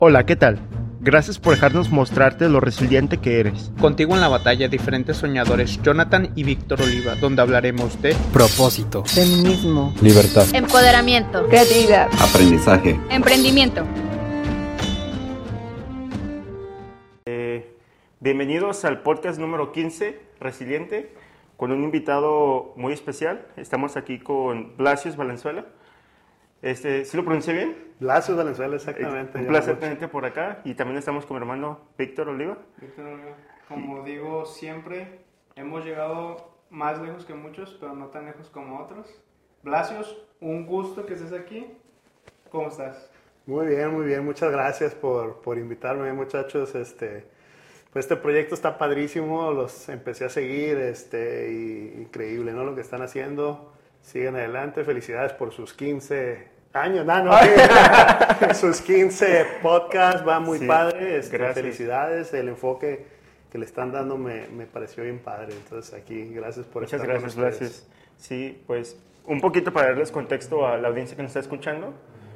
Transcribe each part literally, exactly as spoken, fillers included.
Hola, ¿qué tal? Gracias por dejarnos mostrarte lo resiliente que eres. Contigo en la batalla, diferentes soñadores, Jonathan y Víctor Oliva, donde hablaremos de propósito, feminismo, libertad, empoderamiento, creatividad, aprendizaje, emprendimiento. Eh, bienvenidos al podcast número quince, Resiliente, con un invitado muy especial. Estamos aquí con Blasius Valenzuela. Este, ¿Sí lo pronuncié bien? Blasius Valenzuela, exactamente. Un placer tenerte por acá. Y también estamos con mi hermano Víctor Oliva. Víctor Oliva. Como digo siempre, hemos llegado más lejos que muchos, pero no tan lejos como otros. Blasius, un gusto que estés aquí. ¿Cómo estás? Muy bien, muy bien. Muchas gracias por, por invitarme, muchachos. Este, pues este proyecto está padrísimo. Los empecé a seguir. Este, y increíble, ¿no? Lo que están haciendo. Siguen adelante. Felicidades por sus quince años. No, no, sus quince podcasts. Va muy sí, padre. Este, felicidades. El enfoque que le están dando me, me pareció bien padre. Entonces aquí, gracias por Muchas estar gracias, con ustedes. gracias. Sí, pues un poquito para darles contexto a la audiencia que nos está escuchando.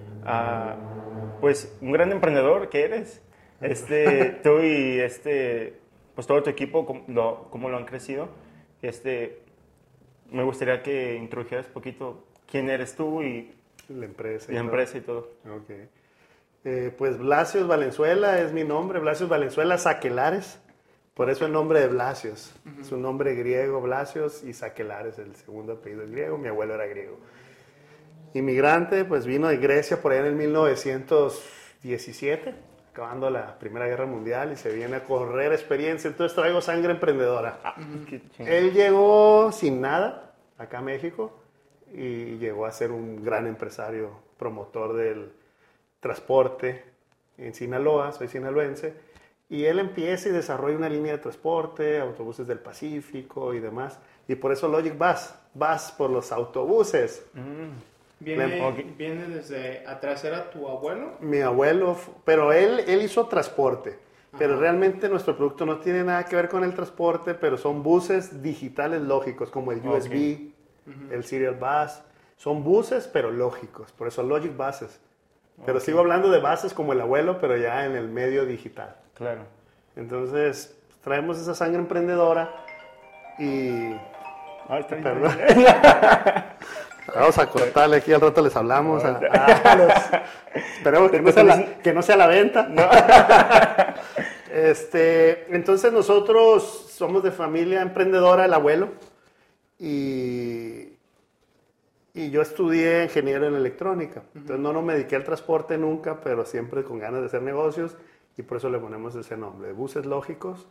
Uh, pues un gran emprendedor que eres. Este, tú y este, pues todo tu equipo, cómo lo, cómo lo han crecido. Este, me gustaría que introdujeras un poquito quién eres tú y la empresa y, la y empresa todo. y todo. Okay. Eh, pues Blasius Valenzuela es mi nombre, Blasius Valenzuela Saquelares, por eso el nombre de Blasius. Uh-huh. Es un nombre griego, Blasius, y Saquelares, el segundo apellido es griego, mi abuelo era griego. Inmigrante, pues vino de Grecia por ahí en el mil novecientos diecisiete, acabando la Primera Guerra Mundial, y se viene a correr experiencia, entonces traigo sangre emprendedora. Uh-huh. Él llegó sin nada acá a México y llegó a ser un gran empresario, promotor del transporte en Sinaloa, soy sinaloense, y él empieza y desarrolla una línea de transporte, autobuses del Pacífico y demás, y por eso Logic Bus, Bus por los autobuses. Mm. Viene, viene desde atrás, ¿era tu abuelo? Mi abuelo, pero él, él hizo transporte, ajá, pero realmente nuestro producto no tiene nada que ver con el transporte, pero son buses digitales lógicos, como el U S B, okay, uh-huh, el Serial Bus, son buses pero lógicos, por eso Logic Buses. Pero okay, sigo hablando de buses como el abuelo, pero ya en el medio digital. Claro. Entonces, traemos esa sangre emprendedora y... Ah, está perdón. Vamos a cortarle aquí, al rato les hablamos. A, a los, esperemos que no, sea la, que no sea la venta. No. este, entonces nosotros somos de familia emprendedora, el abuelo, y, y yo estudié ingeniero en electrónica. Entonces no, no me dediqué al transporte nunca, pero siempre con ganas de hacer negocios, y por eso le ponemos ese nombre, buses lógicos.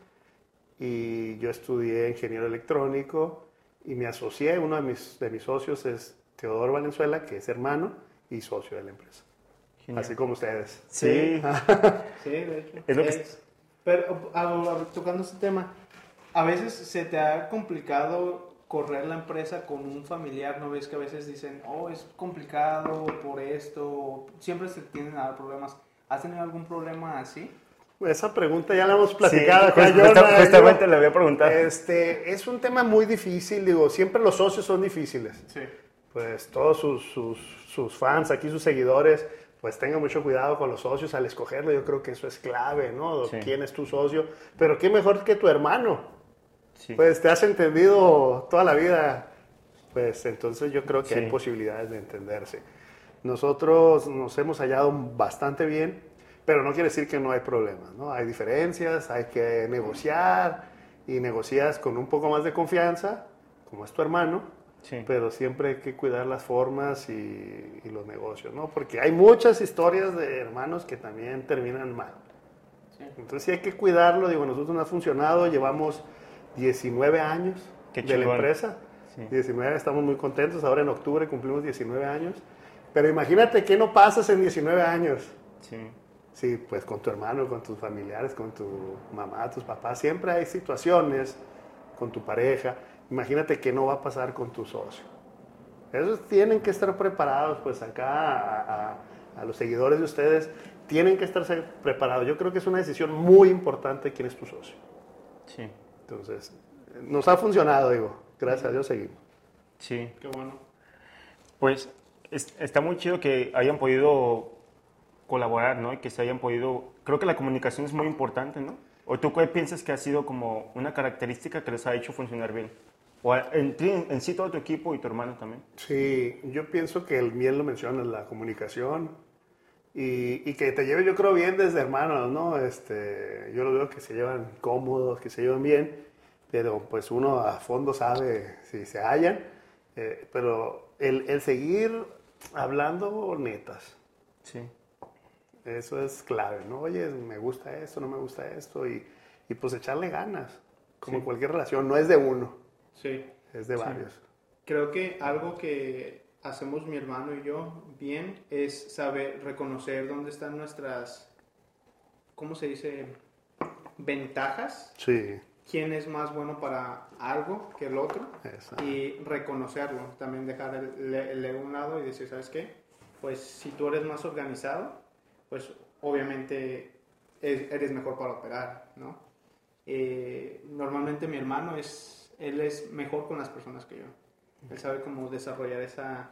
Y yo estudié ingeniero electrónico y me asocié, uno de mis, de mis socios es Teodoro Valenzuela, que es hermano y socio de la empresa. Genial. Así como ustedes. Sí, sí, de hecho. Es lo que... es, pero a, a, tocando este tema, a veces se te ha complicado correr la empresa con un familiar, ¿no ves que a veces dicen, oh, es complicado por esto, siempre se tienden a dar problemas? ¿Has tenido algún problema así? Esa pregunta ya la hemos platicado. Sí, pues, justa, justamente le voy a preguntar. Este, es un tema muy difícil, digo, siempre los socios son difíciles. Sí. Pues todos sus, sus, sus fans, aquí sus seguidores, pues tengan mucho cuidado con los socios al escogerlo. Yo creo que eso es clave, ¿no? Sí. ¿Quién es tu socio? Pero qué mejor que tu hermano. Sí. Pues te has entendido toda la vida. Pues entonces yo creo que sí, hay posibilidades de entenderse. Nosotros nos hemos hallado bastante bien, pero no quiere decir que no hay problemas, ¿no? Hay diferencias, hay que negociar y negocias con un poco más de confianza, como es tu hermano, sí, pero siempre hay que cuidar las formas y, y los negocios, ¿no? Porque hay muchas historias de hermanos que también terminan mal. Sí. Entonces sí hay que cuidarlo, digo, nosotros nos ha funcionado, llevamos diecinueve años Qué de chingón. La empresa, sí, diecinueve, estamos muy contentos, ahora en octubre cumplimos diecinueve años, pero imagínate qué no pasas en diecinueve años. Sí. Sí, pues con tu hermano, con tus familiares, con tu mamá, tus papás, siempre hay situaciones con tu pareja. Imagínate qué no va a pasar con tu socio. Esos tienen que estar preparados, pues acá a, a, a los seguidores de ustedes, tienen que estar preparados. Yo creo que es una decisión muy importante quién es tu socio. Sí. Entonces, nos ha funcionado, digo, gracias a Dios seguimos. Sí. Qué bueno. Pues es, está muy chido que hayan podido colaborar, ¿no? Y que se hayan podido... Creo que la comunicación es muy importante, ¿no? ¿O tú qué piensas que ha sido como una característica que les ha hecho funcionar bien? O en, en, en sí todo tu equipo y tu hermano también. Sí, yo pienso que el bien lo mencionas, la comunicación y, y que te lleve, yo creo, bien desde hermanos, ¿no? Este, yo lo veo que se llevan cómodos, que se llevan bien, pero pues uno a fondo sabe si se hallan, eh, pero el, el seguir hablando netas. Sí. Eso es clave, ¿no? Oye, me gusta esto, no me gusta esto, y, y pues echarle ganas, como sí. en cualquier relación, no es de uno, sí. es de sí. varios. Creo que algo que hacemos mi hermano y yo bien es saber reconocer dónde están nuestras, ¿cómo se dice? Ventajas. Sí. Quién es más bueno para algo que el otro. Exacto. Y reconocerlo, también dejar el, el ego a un lado y decir, ¿sabes qué? Pues si tú eres más organizado, pues obviamente eres mejor para operar, ¿no? Eh, normalmente mi hermano es, él es mejor con las personas que yo. Él sabe cómo desarrollar esa...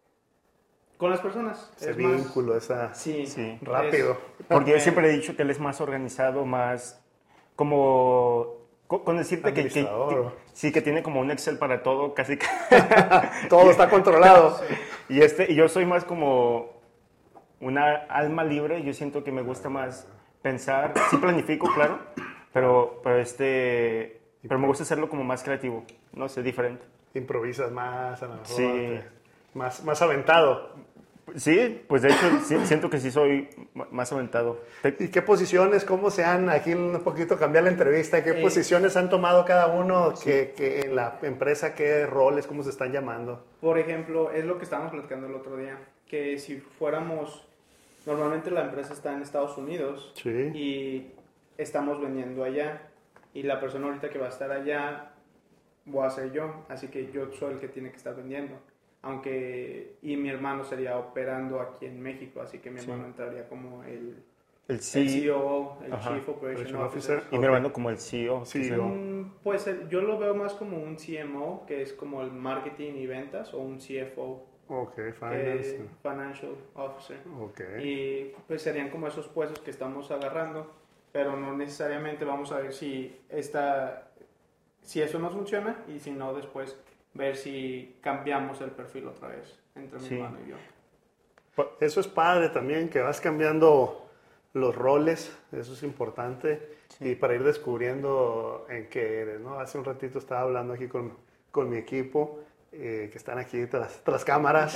Con las personas. Ese es vínculo, más, esa... Sí, sí. Rápido. Es, porque yo siempre he dicho que él es más organizado, más como... Con decirte que, que, que sí, que tiene como un Excel para todo, casi que... todo está controlado. Sí. Y, este, y yo soy más como una alma libre, yo siento que me gusta más pensar, sí planifico, claro, pero, pero, este, pero me gusta hacerlo como más creativo, no sé, diferente. Improvisas más, a lo mejor, sí. te, más, más aventado. Sí, pues de hecho sí, siento que sí soy más aventado. ¿Y qué posiciones, cómo se han, aquí un poquito cambiar la entrevista, qué eh, posiciones han tomado cada uno sí. que, que en la empresa, qué roles, cómo se están llamando? Por ejemplo, es lo que estábamos platicando el otro día, que si fuéramos, normalmente la empresa está en Estados Unidos sí. y estamos vendiendo allá y la persona ahorita que va a estar allá voy a ser yo, así que yo soy el que tiene que estar vendiendo. Aunque, y mi hermano sería operando aquí en México, así que mi hermano sí. entraría como el, el, C- el C O O, el Ajá. Chief Operation Officer. Officer. Y okay. mi hermano como el C E O. C E O. Mm, pues yo lo veo más como un C M O, que es como el marketing y ventas, o un C F O. Ok, finance. Eh, Financial Officer. Okay. Y pues serían como esos puestos que estamos agarrando, pero no necesariamente vamos a ver si, esta, si eso nos funciona y si no después... ver si cambiamos el perfil otra vez entre mi sí. hermano y yo. Eso es padre también, que vas cambiando los roles, eso es importante, sí. y para ir descubriendo en qué eres, ¿no? Hace un ratito estaba hablando aquí con, con mi equipo, eh, que están aquí tras, tras cámaras,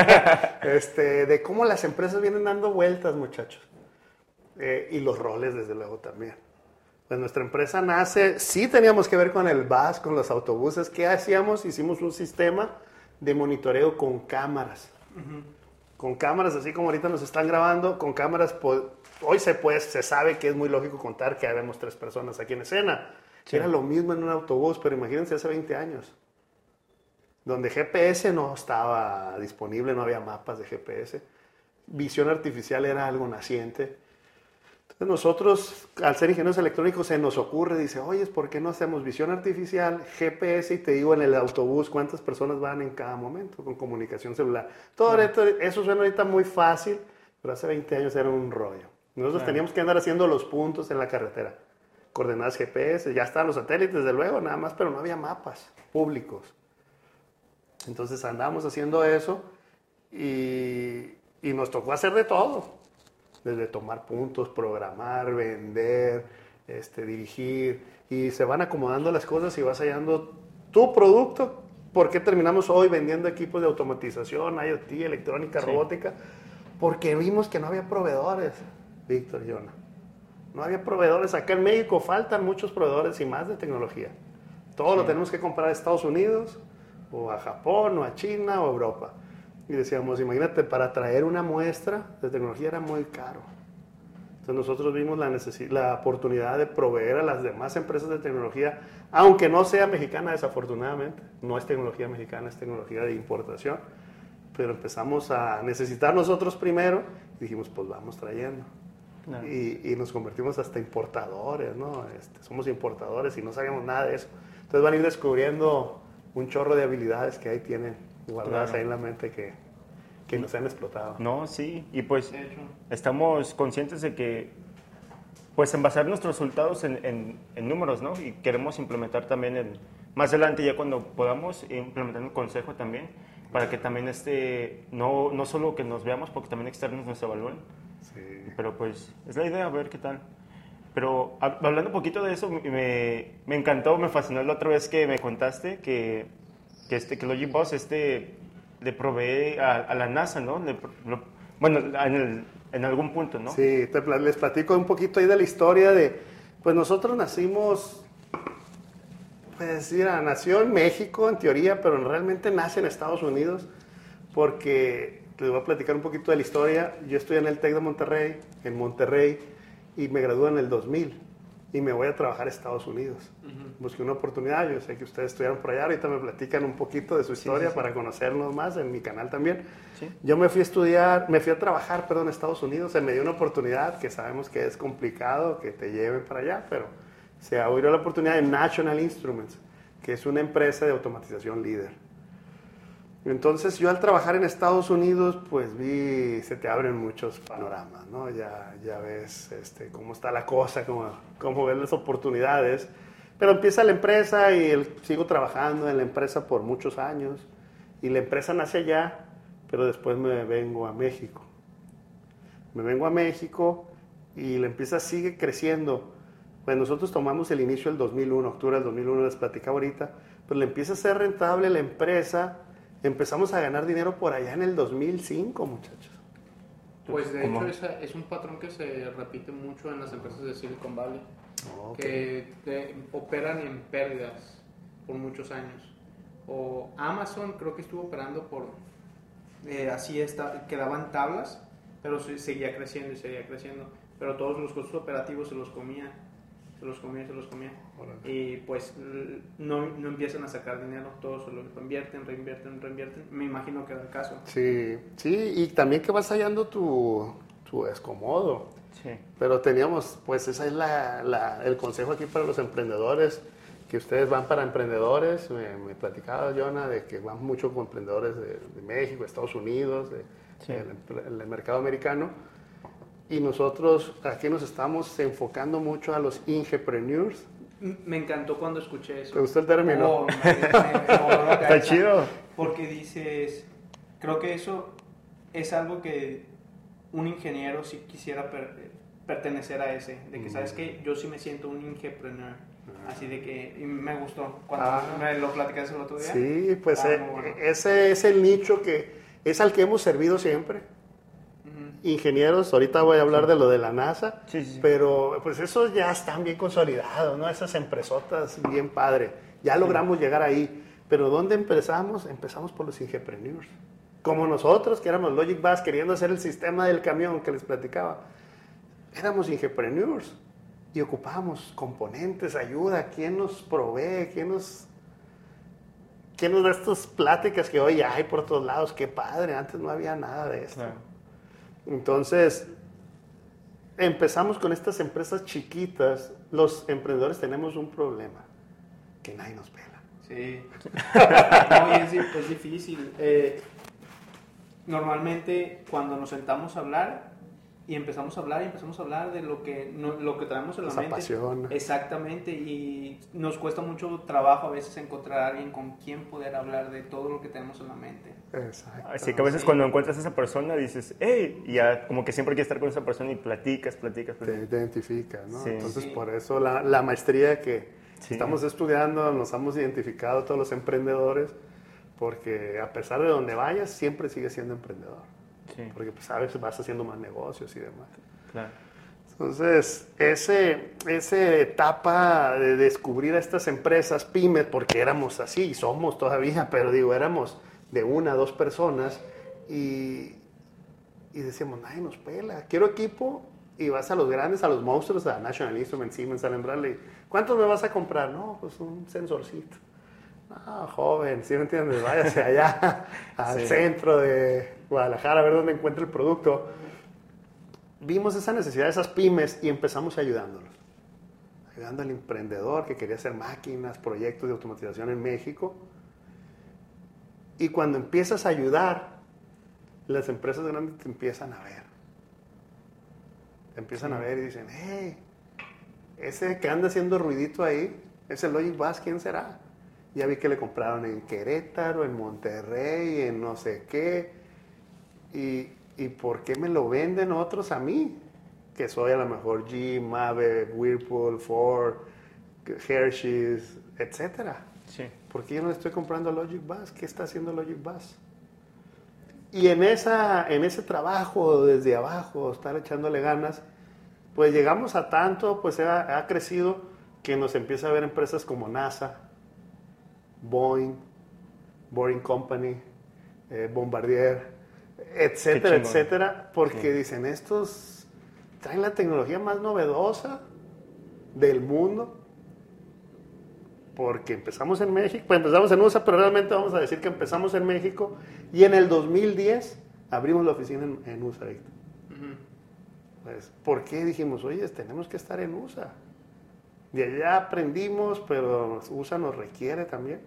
este, de cómo las empresas vienen dando vueltas, muchachos, eh, y los roles, desde luego, también. Pues nuestra empresa nace, sí teníamos que ver con el bus, con los autobuses. ¿Qué hacíamos? Hicimos un sistema de monitoreo con cámaras. Uh-huh. Con cámaras, así como ahorita nos están grabando, con cámaras, hoy se, pues, se sabe que es muy lógico contar que habemos tres personas aquí en escena. Sí. Era lo mismo en un autobús, pero imagínense hace veinte años, donde G P S no estaba disponible, no había mapas de G P S. Visión artificial era algo naciente. Entonces nosotros, al ser ingenieros electrónicos, se nos ocurre, dice, oye, ¿por qué no hacemos visión artificial, G P S, y te digo en el autobús cuántas personas van en cada momento, con comunicación celular? Todo esto, eso suena ahorita muy fácil, pero hace veinte años era un rollo. Nosotros claro. teníamos que andar haciendo los puntos en la carretera, coordenadas G P S, ya estaban los satélites, desde luego, nada más, pero no había mapas públicos. Entonces andamos haciendo eso y, y nos tocó hacer de todo. Desde tomar puntos, programar, vender, este, dirigir, y se van acomodando las cosas y vas hallando tu producto. ¿Por qué terminamos hoy vendiendo equipos de automatización, I O T, electrónica, sí. robótica? Porque vimos que no había proveedores, Víctor y Jonah. No había proveedores. Acá en México faltan muchos proveedores y más de tecnología. Todo sí. lo tenemos que comprar a Estados Unidos, o a Japón, o a China, o a Europa. Y decíamos, imagínate, para traer una muestra de tecnología era muy caro. Entonces nosotros vimos la, necesi- la oportunidad de proveer a las demás empresas de tecnología, aunque no sea mexicana, desafortunadamente. No es tecnología mexicana, es tecnología de importación. Pero empezamos a necesitar nosotros primero y dijimos, pues vamos trayendo. No. Y, y nos convertimos hasta importadores, ¿no? Este, somos importadores y no sabíamos nada de eso. Entonces van a ir descubriendo un chorro de habilidades que ahí tienen guardadas claro. ahí en la mente que, que nos han explotado. No, sí, y pues estamos conscientes de que, pues en basar nuestros resultados en, en, en números, ¿no? Y queremos implementar también, el, más adelante ya cuando podamos, implementar un consejo también, para que también este, no, no solo que nos veamos, porque también externos nos evalúen. Sí. Pero pues es la idea, a ver qué tal. Pero hablando un poquito de eso, me, me encantó, me fascinó la otra vez que me contaste que, que, este, que Logic Boss este, le provee a, a la NASA, ¿no? Le, lo, bueno, en, el, en algún punto, ¿no? Sí, te, les platico un poquito ahí de la historia de, pues nosotros nacimos, pues mira, nació en México en teoría, pero realmente nace en Estados Unidos, porque les voy a platicar un poquito de la historia. Yo estoy en el TEC de Monterrey, en Monterrey, y me gradué en el dos mil y me voy a trabajar a Estados Unidos. Uh-huh. Busqué una oportunidad, yo sé que ustedes estudiaron por allá, ahorita me platican un poquito de su historia sí, sí, sí. para conocernos más en mi canal también. Sí. Yo me fui a estudiar, me fui a trabajar, perdón, a Estados Unidos, se me dio una oportunidad que sabemos que es complicado que te lleven para allá, pero se abrió la oportunidad de National Instruments, que es una empresa de automatización líder. Entonces yo al trabajar en Estados Unidos, pues vi, se te abren muchos panoramas, ¿no? Ya, ya ves este, cómo está la cosa, cómo, cómo ves las oportunidades. Pero empieza la empresa y el, sigo trabajando en la empresa por muchos años. Y la empresa nace allá, pero después me vengo a México. Me vengo a México y la empresa sigue creciendo. Pues nosotros tomamos el inicio del dos mil uno, octubre del dos mil uno, les platicaba ahorita, pues le empieza a ser rentable la empresa. Empezamos a ganar dinero por allá en el dos mil cinco, muchachos. Pues de ¿Cómo? hecho esa es un patrón que se repite mucho en las empresas de Silicon Valley, okay. que te, operan en pérdidas por muchos años. O Amazon creo que estuvo operando por, eh, así está, quedaban tablas, pero seguía creciendo y seguía creciendo. Pero todos los costos operativos se los comía, se los comía, se los comía. Y pues no, no empiezan a sacar dinero, todos se lo reinvierten, reinvierten, reinvierten. Me imagino que era el caso. Sí, sí, y también que vas hallando tu, tu escomodo. Sí. Pero teníamos, pues ese es la, la, el consejo aquí para los emprendedores, que ustedes van para emprendedores. Me, me platicaba Jonah de que van mucho con emprendedores de, de México, Estados Unidos, de, sí. el, el mercado americano. Y nosotros aquí nos estamos enfocando mucho a los ingepreneurs. Me encantó cuando escuché eso. ¿Te gustó el término? Oh, me, me, me Está chido. Porque dices, creo que eso es algo que un ingeniero sí quisiera per, pertenecer a ese. De que, mm. ¿sabes qué? Yo sí me siento un ingepreneur. Ah. Así de que y me gustó cuando ah. me lo platicaste el otro día. Sí, pues ah, eh, bueno. ese es el nicho que es al que hemos servido siempre. Ingenieros, ahorita voy a hablar sí. de lo de la NASA, sí, sí. pero pues esos ya están bien consolidados, ¿no? Esas empresotas bien padre, ya sí. logramos llegar ahí, pero ¿dónde empezamos? Empezamos por los ingepreneurs, como nosotros que éramos Logic Bus queriendo hacer el sistema del camión que les platicaba, éramos ingepreneurs y ocupábamos componentes, ayuda, ¿quién nos provee? ¿Quién nos... ¿Quién nos da estas pláticas que hoy hay por todos lados? Qué padre, antes no había nada de esto. Claro. Entonces, empezamos con estas empresas chiquitas. Los emprendedores tenemos un problema, que nadie nos pela. Sí, no, es, es difícil. Eh, normalmente, cuando nos sentamos a hablar y empezamos a hablar y empezamos a hablar de lo que, no, lo que traemos en la Esa mente. Pasión. Exactamente, y nos cuesta mucho trabajo a veces encontrar a alguien con quien poder hablar de todo lo que tenemos en la mente. Exacto. Así que a veces sí. cuando encuentras a esa persona dices, hey, y ya como que siempre quieres estar con esa persona y platicas, platicas, platicas. Te identificas, ¿no? Sí. Entonces sí. por eso la, la maestría que sí. estamos estudiando, nos hemos identificado todos los emprendedores, porque a pesar de donde vayas, siempre sigues siendo emprendedor. Sí. Porque pues sabes, vas haciendo más negocios y demás. Claro. Entonces, ese, esa etapa de descubrir a estas empresas pymes, porque éramos así, y somos todavía, pero digo, éramos de una, dos personas, y, y decíamos, nadie nos pela, quiero equipo, y vas a los grandes, a los monstruos, a National Instruments, Siemens, Allen Bradley, ¿cuántos me vas a comprar? No, pues un sensorcito. Ah, joven, ¿sí me entiendes? Váyase allá al sí. centro de Guadalajara a ver dónde encuentra el producto. Vimos esa necesidad de esas pymes y empezamos ayudándolos. Ayudando al emprendedor que quería hacer máquinas, proyectos de automatización en México. Y cuando empiezas a ayudar, las empresas grandes te empiezan a ver. Te empiezan sí. a ver y dicen, hey, ese que anda haciendo ruidito ahí, ese Logic Bus, ¿quién será? Ya vi que le compraron en Querétaro, en Monterrey, en no sé qué. Y, ¿y por qué me lo venden otros a mí? Que soy a lo mejor G, Mave, Whirlpool, Ford, Hershey's, etcétera. Sí. ¿Por qué yo no estoy comprando Logic Bus? ¿Qué está haciendo Logic Bus? Y en, esa, en ese trabajo desde abajo, estar echándole ganas, pues llegamos a tanto, pues ha, ha crecido que nos empieza a ver empresas como NASA, Boeing, Boring Company, eh, Bombardier, etcétera, etcétera, porque sí. dicen, estos traen la tecnología más novedosa del mundo, porque empezamos en México, pues empezamos en U S A, pero realmente vamos a decir que empezamos en México, y en el dos mil diez abrimos la oficina en, en U S A, Víctor. Uh-huh. Pues, ¿por qué dijimos, oye, tenemos que estar en U S A? De allá aprendimos, pero U S A nos requiere también.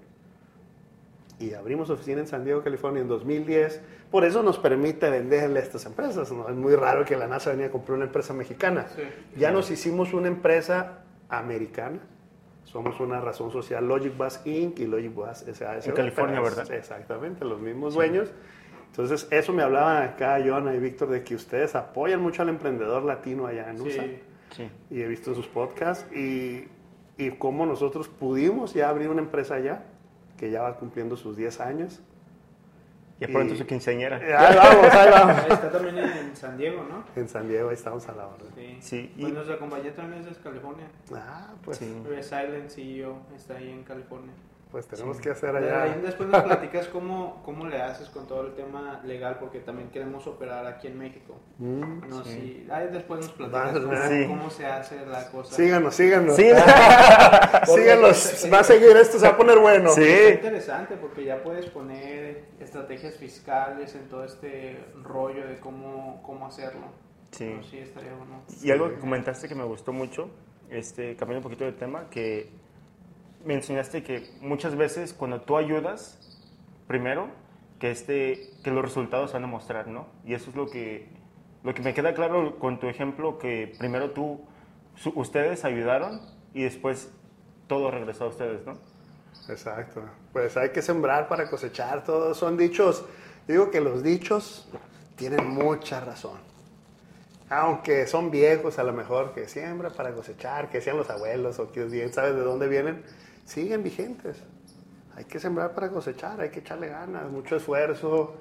Y abrimos oficina en San Diego, California en dos mil diez. Por eso nos permite venderle a estas empresas, ¿no? Es muy raro que la NASA venía a comprar una empresa mexicana. Sí. Ya nos hicimos una empresa americana. Somos una razón social, Logic Bus Incorporated y Logic Bus S A S. En California, ¿verdad? Exactamente, los mismos sí. dueños. Entonces, eso me hablaban acá, Jonah y Víctor, de que ustedes apoyan mucho al emprendedor latino allá en U S A. Sí. Sí. Y he visto sus podcasts y, y cómo nosotros pudimos ya abrir una empresa allá, que ya va cumpliendo sus diez años. Ya pronto su quinceañera. Ahí vamos, ahí vamos. Está también en San Diego, ¿no? En San Diego, ahí estamos a la hora. Sí. sí. Pues y... nuestra compañía también es de California. Ah, pues. Sí. Silent C E O está ahí en California. Pues tenemos sí. que hacer allá. Ahí después nos platicas cómo, cómo le haces con todo el tema legal, porque también queremos operar aquí en México. Mm, no, sí. Sí. Ahí después nos platicas cómo, sí. cómo se hace la cosa. Síganos, síganos. Sí. síganos, sí. va a seguir esto, se va a poner bueno. Sí. Es interesante porque ya puedes poner estrategias fiscales en todo este rollo de cómo, cómo hacerlo. Sí. Pero sí, estaría bueno. Y algo que comentaste que me gustó mucho, este, cambiando un poquito de tema, que me enseñaste que muchas veces cuando tú ayudas, primero, que, este, que los resultados van a mostrar, ¿no? Y eso es lo que, lo que me queda claro con tu ejemplo, que primero tú, su, ustedes ayudaron y después todo regresó a ustedes, ¿no? Exacto. Pues hay que sembrar para cosechar, todos son dichos. Digo que los dichos tienen mucha razón. Aunque son viejos a lo mejor, que siembra para cosechar, que sean los abuelos o que bien sabes de dónde vienen, siguen vigentes. Hay que sembrar para cosechar, hay que echarle ganas, mucho esfuerzo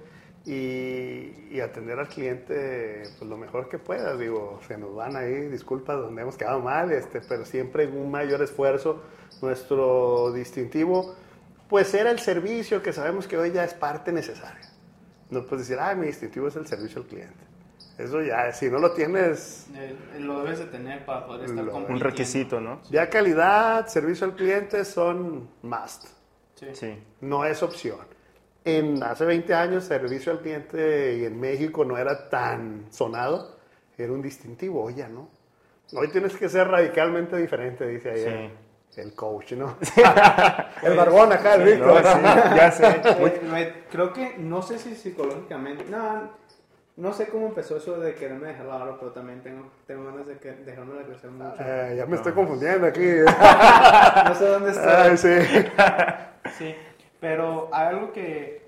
y, y atender al cliente pues, lo mejor que puedas. Digo, se nos van ahí disculpas donde hemos quedado mal, este, pero siempre un mayor esfuerzo. Nuestro distintivo pues era el servicio, que sabemos que hoy ya es parte necesaria. No puedes decir, ah, mi distintivo es el servicio al cliente. Eso ya, si no lo tienes... Eh, lo debes de tener para poder estar lo, un requisito, ¿no? Ya calidad, servicio al cliente son must. Sí. Sí. No es opción. En hace veinte años, servicio al cliente y en México no era tan sonado. Era un distintivo, hoy ya no. Hoy tienes que ser radicalmente diferente, dice ahí sí. el coach, ¿no? el barbón acá, el Víctor. No, sí, ya sé. Eh, creo que, no sé si psicológicamente... No, No sé cómo empezó eso de quererme dejar la barba, pero también tengo, tengo ganas de que, dejarme de crecer mucho. Eh, ya me no. estoy confundiendo aquí. No sé dónde estoy. Ay, sí. Sí, pero algo que,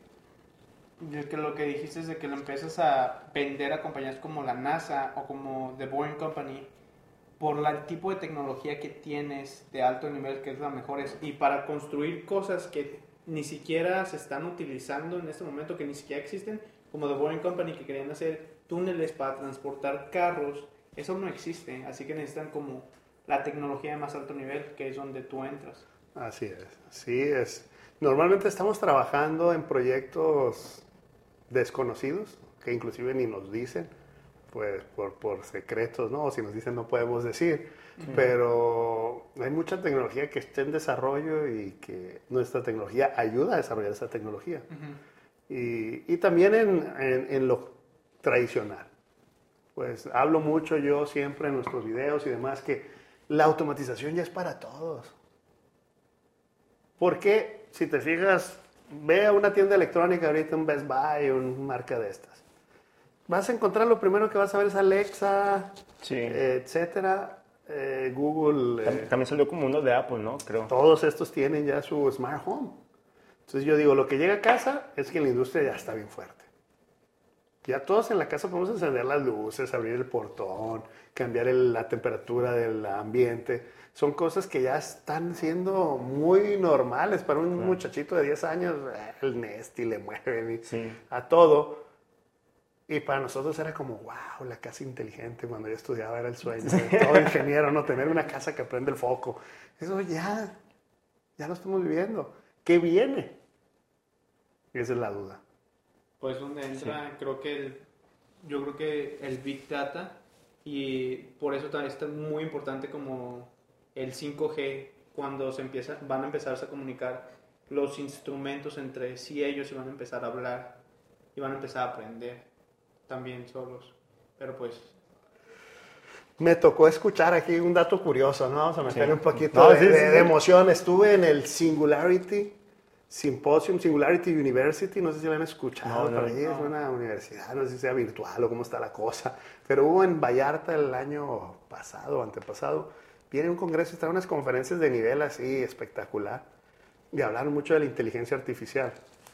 que lo que dijiste es de que lo empiezas a vender a compañías como la NASA o como The Boring Company por el tipo de tecnología que tienes de alto nivel, que es la mejor, es, y para construir cosas que ni siquiera se están utilizando en este momento, que ni siquiera existen, como The Boring Company, que querían hacer túneles para transportar carros. Eso no existe, así que necesitan como la tecnología de más alto nivel, que es donde tú entras. Así es, sí es. Normalmente estamos trabajando en proyectos desconocidos, que inclusive ni nos dicen, pues por, por secretos, ¿no? O si nos dicen no podemos decir, uh-huh. Pero hay mucha tecnología que está en desarrollo y que nuestra tecnología ayuda a desarrollar esa tecnología. Uh-huh. Y, y también en, en, en lo tradicional. Pues hablo mucho yo siempre en nuestros videos y demás que la automatización ya es para todos. Porque si te fijas, ve a una tienda electrónica ahorita, un Best Buy, una marca de estas. vas a encontrar lo primero que vas a ver es Alexa, sí. eh, etcétera. Eh, Google. También, eh, también salió como uno de Apple, ¿no? Creo. Todos estos tienen ya su smart home. Entonces yo digo, lo que llega a casa es que la industria ya está bien fuerte. Ya todos en la casa podemos encender las luces, abrir el portón, cambiar el, la temperatura del ambiente. Son cosas que ya están siendo muy normales para un claro. muchachito de diez años. El Nest y le mueven y sí. a todo. Y para nosotros era como, wow, la casa inteligente. Cuando yo estudiaba era el sueño de todo ingeniero, ¿no? Tener una casa que prende el foco. Eso ya, ya lo estamos viviendo. ¿Qué viene? Esa es la duda. Pues donde entra, sí. creo que el, yo creo que el Big Data, y por eso también es muy importante como el cinco G, cuando se empieza, van a empezarse a comunicar los instrumentos entre sí ellos y van a empezar a hablar y van a empezar a aprender también solos. Pero pues... Me tocó escuchar aquí un dato curioso, ¿no? Vamos a meterle sí. un poquito no, de, sí, de, sí. de emoción. Estuve en el Singularity Symposium, Singularity University, no sé si lo han escuchado, no, no, por ahí no. es una universidad, no sé si sea virtual o cómo está la cosa, pero hubo en Vallarta el año pasado, antepasado, viene un congreso, están unas conferencias de nivel así espectacular, y hablaron mucho de la inteligencia artificial.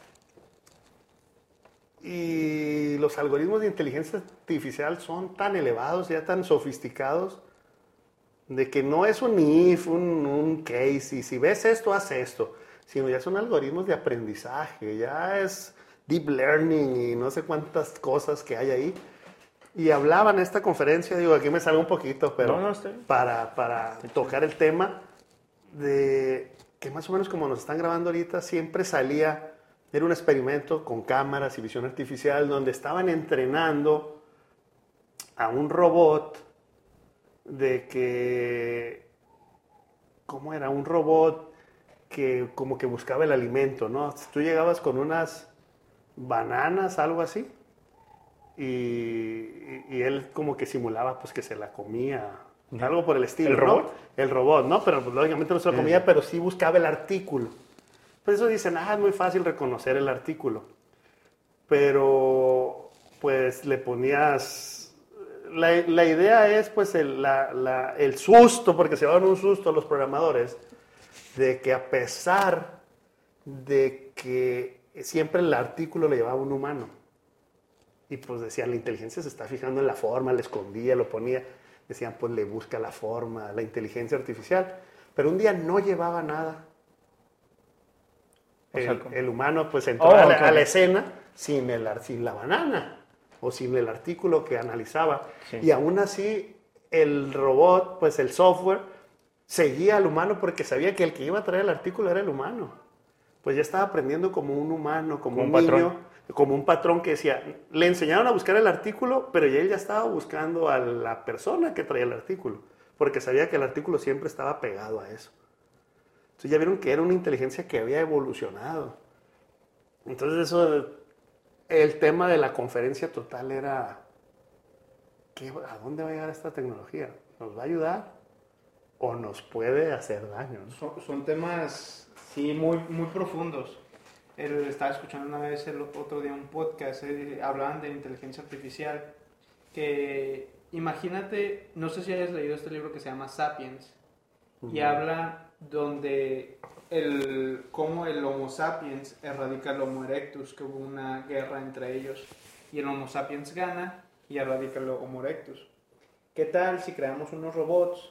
Y los algoritmos de inteligencia artificial son tan elevados, ya tan sofisticados, de que no es un if, un, un case, y si ves esto, haz esto, sino ya son algoritmos de aprendizaje, ya es deep learning y no sé cuántas cosas que hay ahí. Y hablaban en esta conferencia, digo, aquí me salgo un poquito, pero no, no, estoy... para, para tocar el tema de que más o menos como nos están grabando ahorita, siempre salía, era un experimento con cámaras y visión artificial, donde estaban entrenando a un robot de que, ¿cómo era? Un robot que como que buscaba el alimento, ¿no? Si tú llegabas con unas bananas, algo así, y, y, y él como que simulaba pues que se la comía, algo por el estilo, ¿El ¿no? robot? El robot, ¿no? Pero pues, lógicamente no se lo comía, mm. pero sí buscaba el artículo. Por eso dicen, ah, es muy fácil reconocer el artículo. Pero pues le ponías... La, la idea es pues el, la, la, el susto, porque se van un susto los programadores, de que a pesar de que siempre el artículo le llevaba un humano, y pues decían, la inteligencia se está fijando en la forma, le escondía, lo ponía, decían, pues le busca la forma, la inteligencia artificial, pero un día no llevaba nada. El, o sea, el humano pues entró oh, a, la, okay. a la escena sin, el, sin la banana, o sin el artículo que analizaba, sí. y aún así el robot, pues el software, seguía al humano porque sabía que el que iba a traer el artículo era el humano. Pues ya estaba aprendiendo como un humano, como, como un, un niño, patrón. como un patrón que decía, le enseñaron a buscar el artículo, pero ya él ya estaba buscando a la persona que traía el artículo, porque sabía que el artículo siempre estaba pegado a eso. Entonces ya vieron que era una inteligencia que había evolucionado. Entonces eso, el tema de la conferencia total era, ¿qué, ¿a dónde va a llegar esta tecnología? ¿Nos va a ayudar? ¿O nos puede hacer daño? ¿no? Son, son temas, sí, muy, muy profundos. El, estaba escuchando una vez el otro día un podcast, eh, hablaban de inteligencia artificial, que imagínate, no sé si hayas leído este libro que se llama Sapiens, uh-huh. y habla donde el, cómo el Homo sapiens erradica el Homo erectus, que hubo una guerra entre ellos, y el Homo sapiens gana y erradica el Homo erectus. ¿Qué tal si creamos unos robots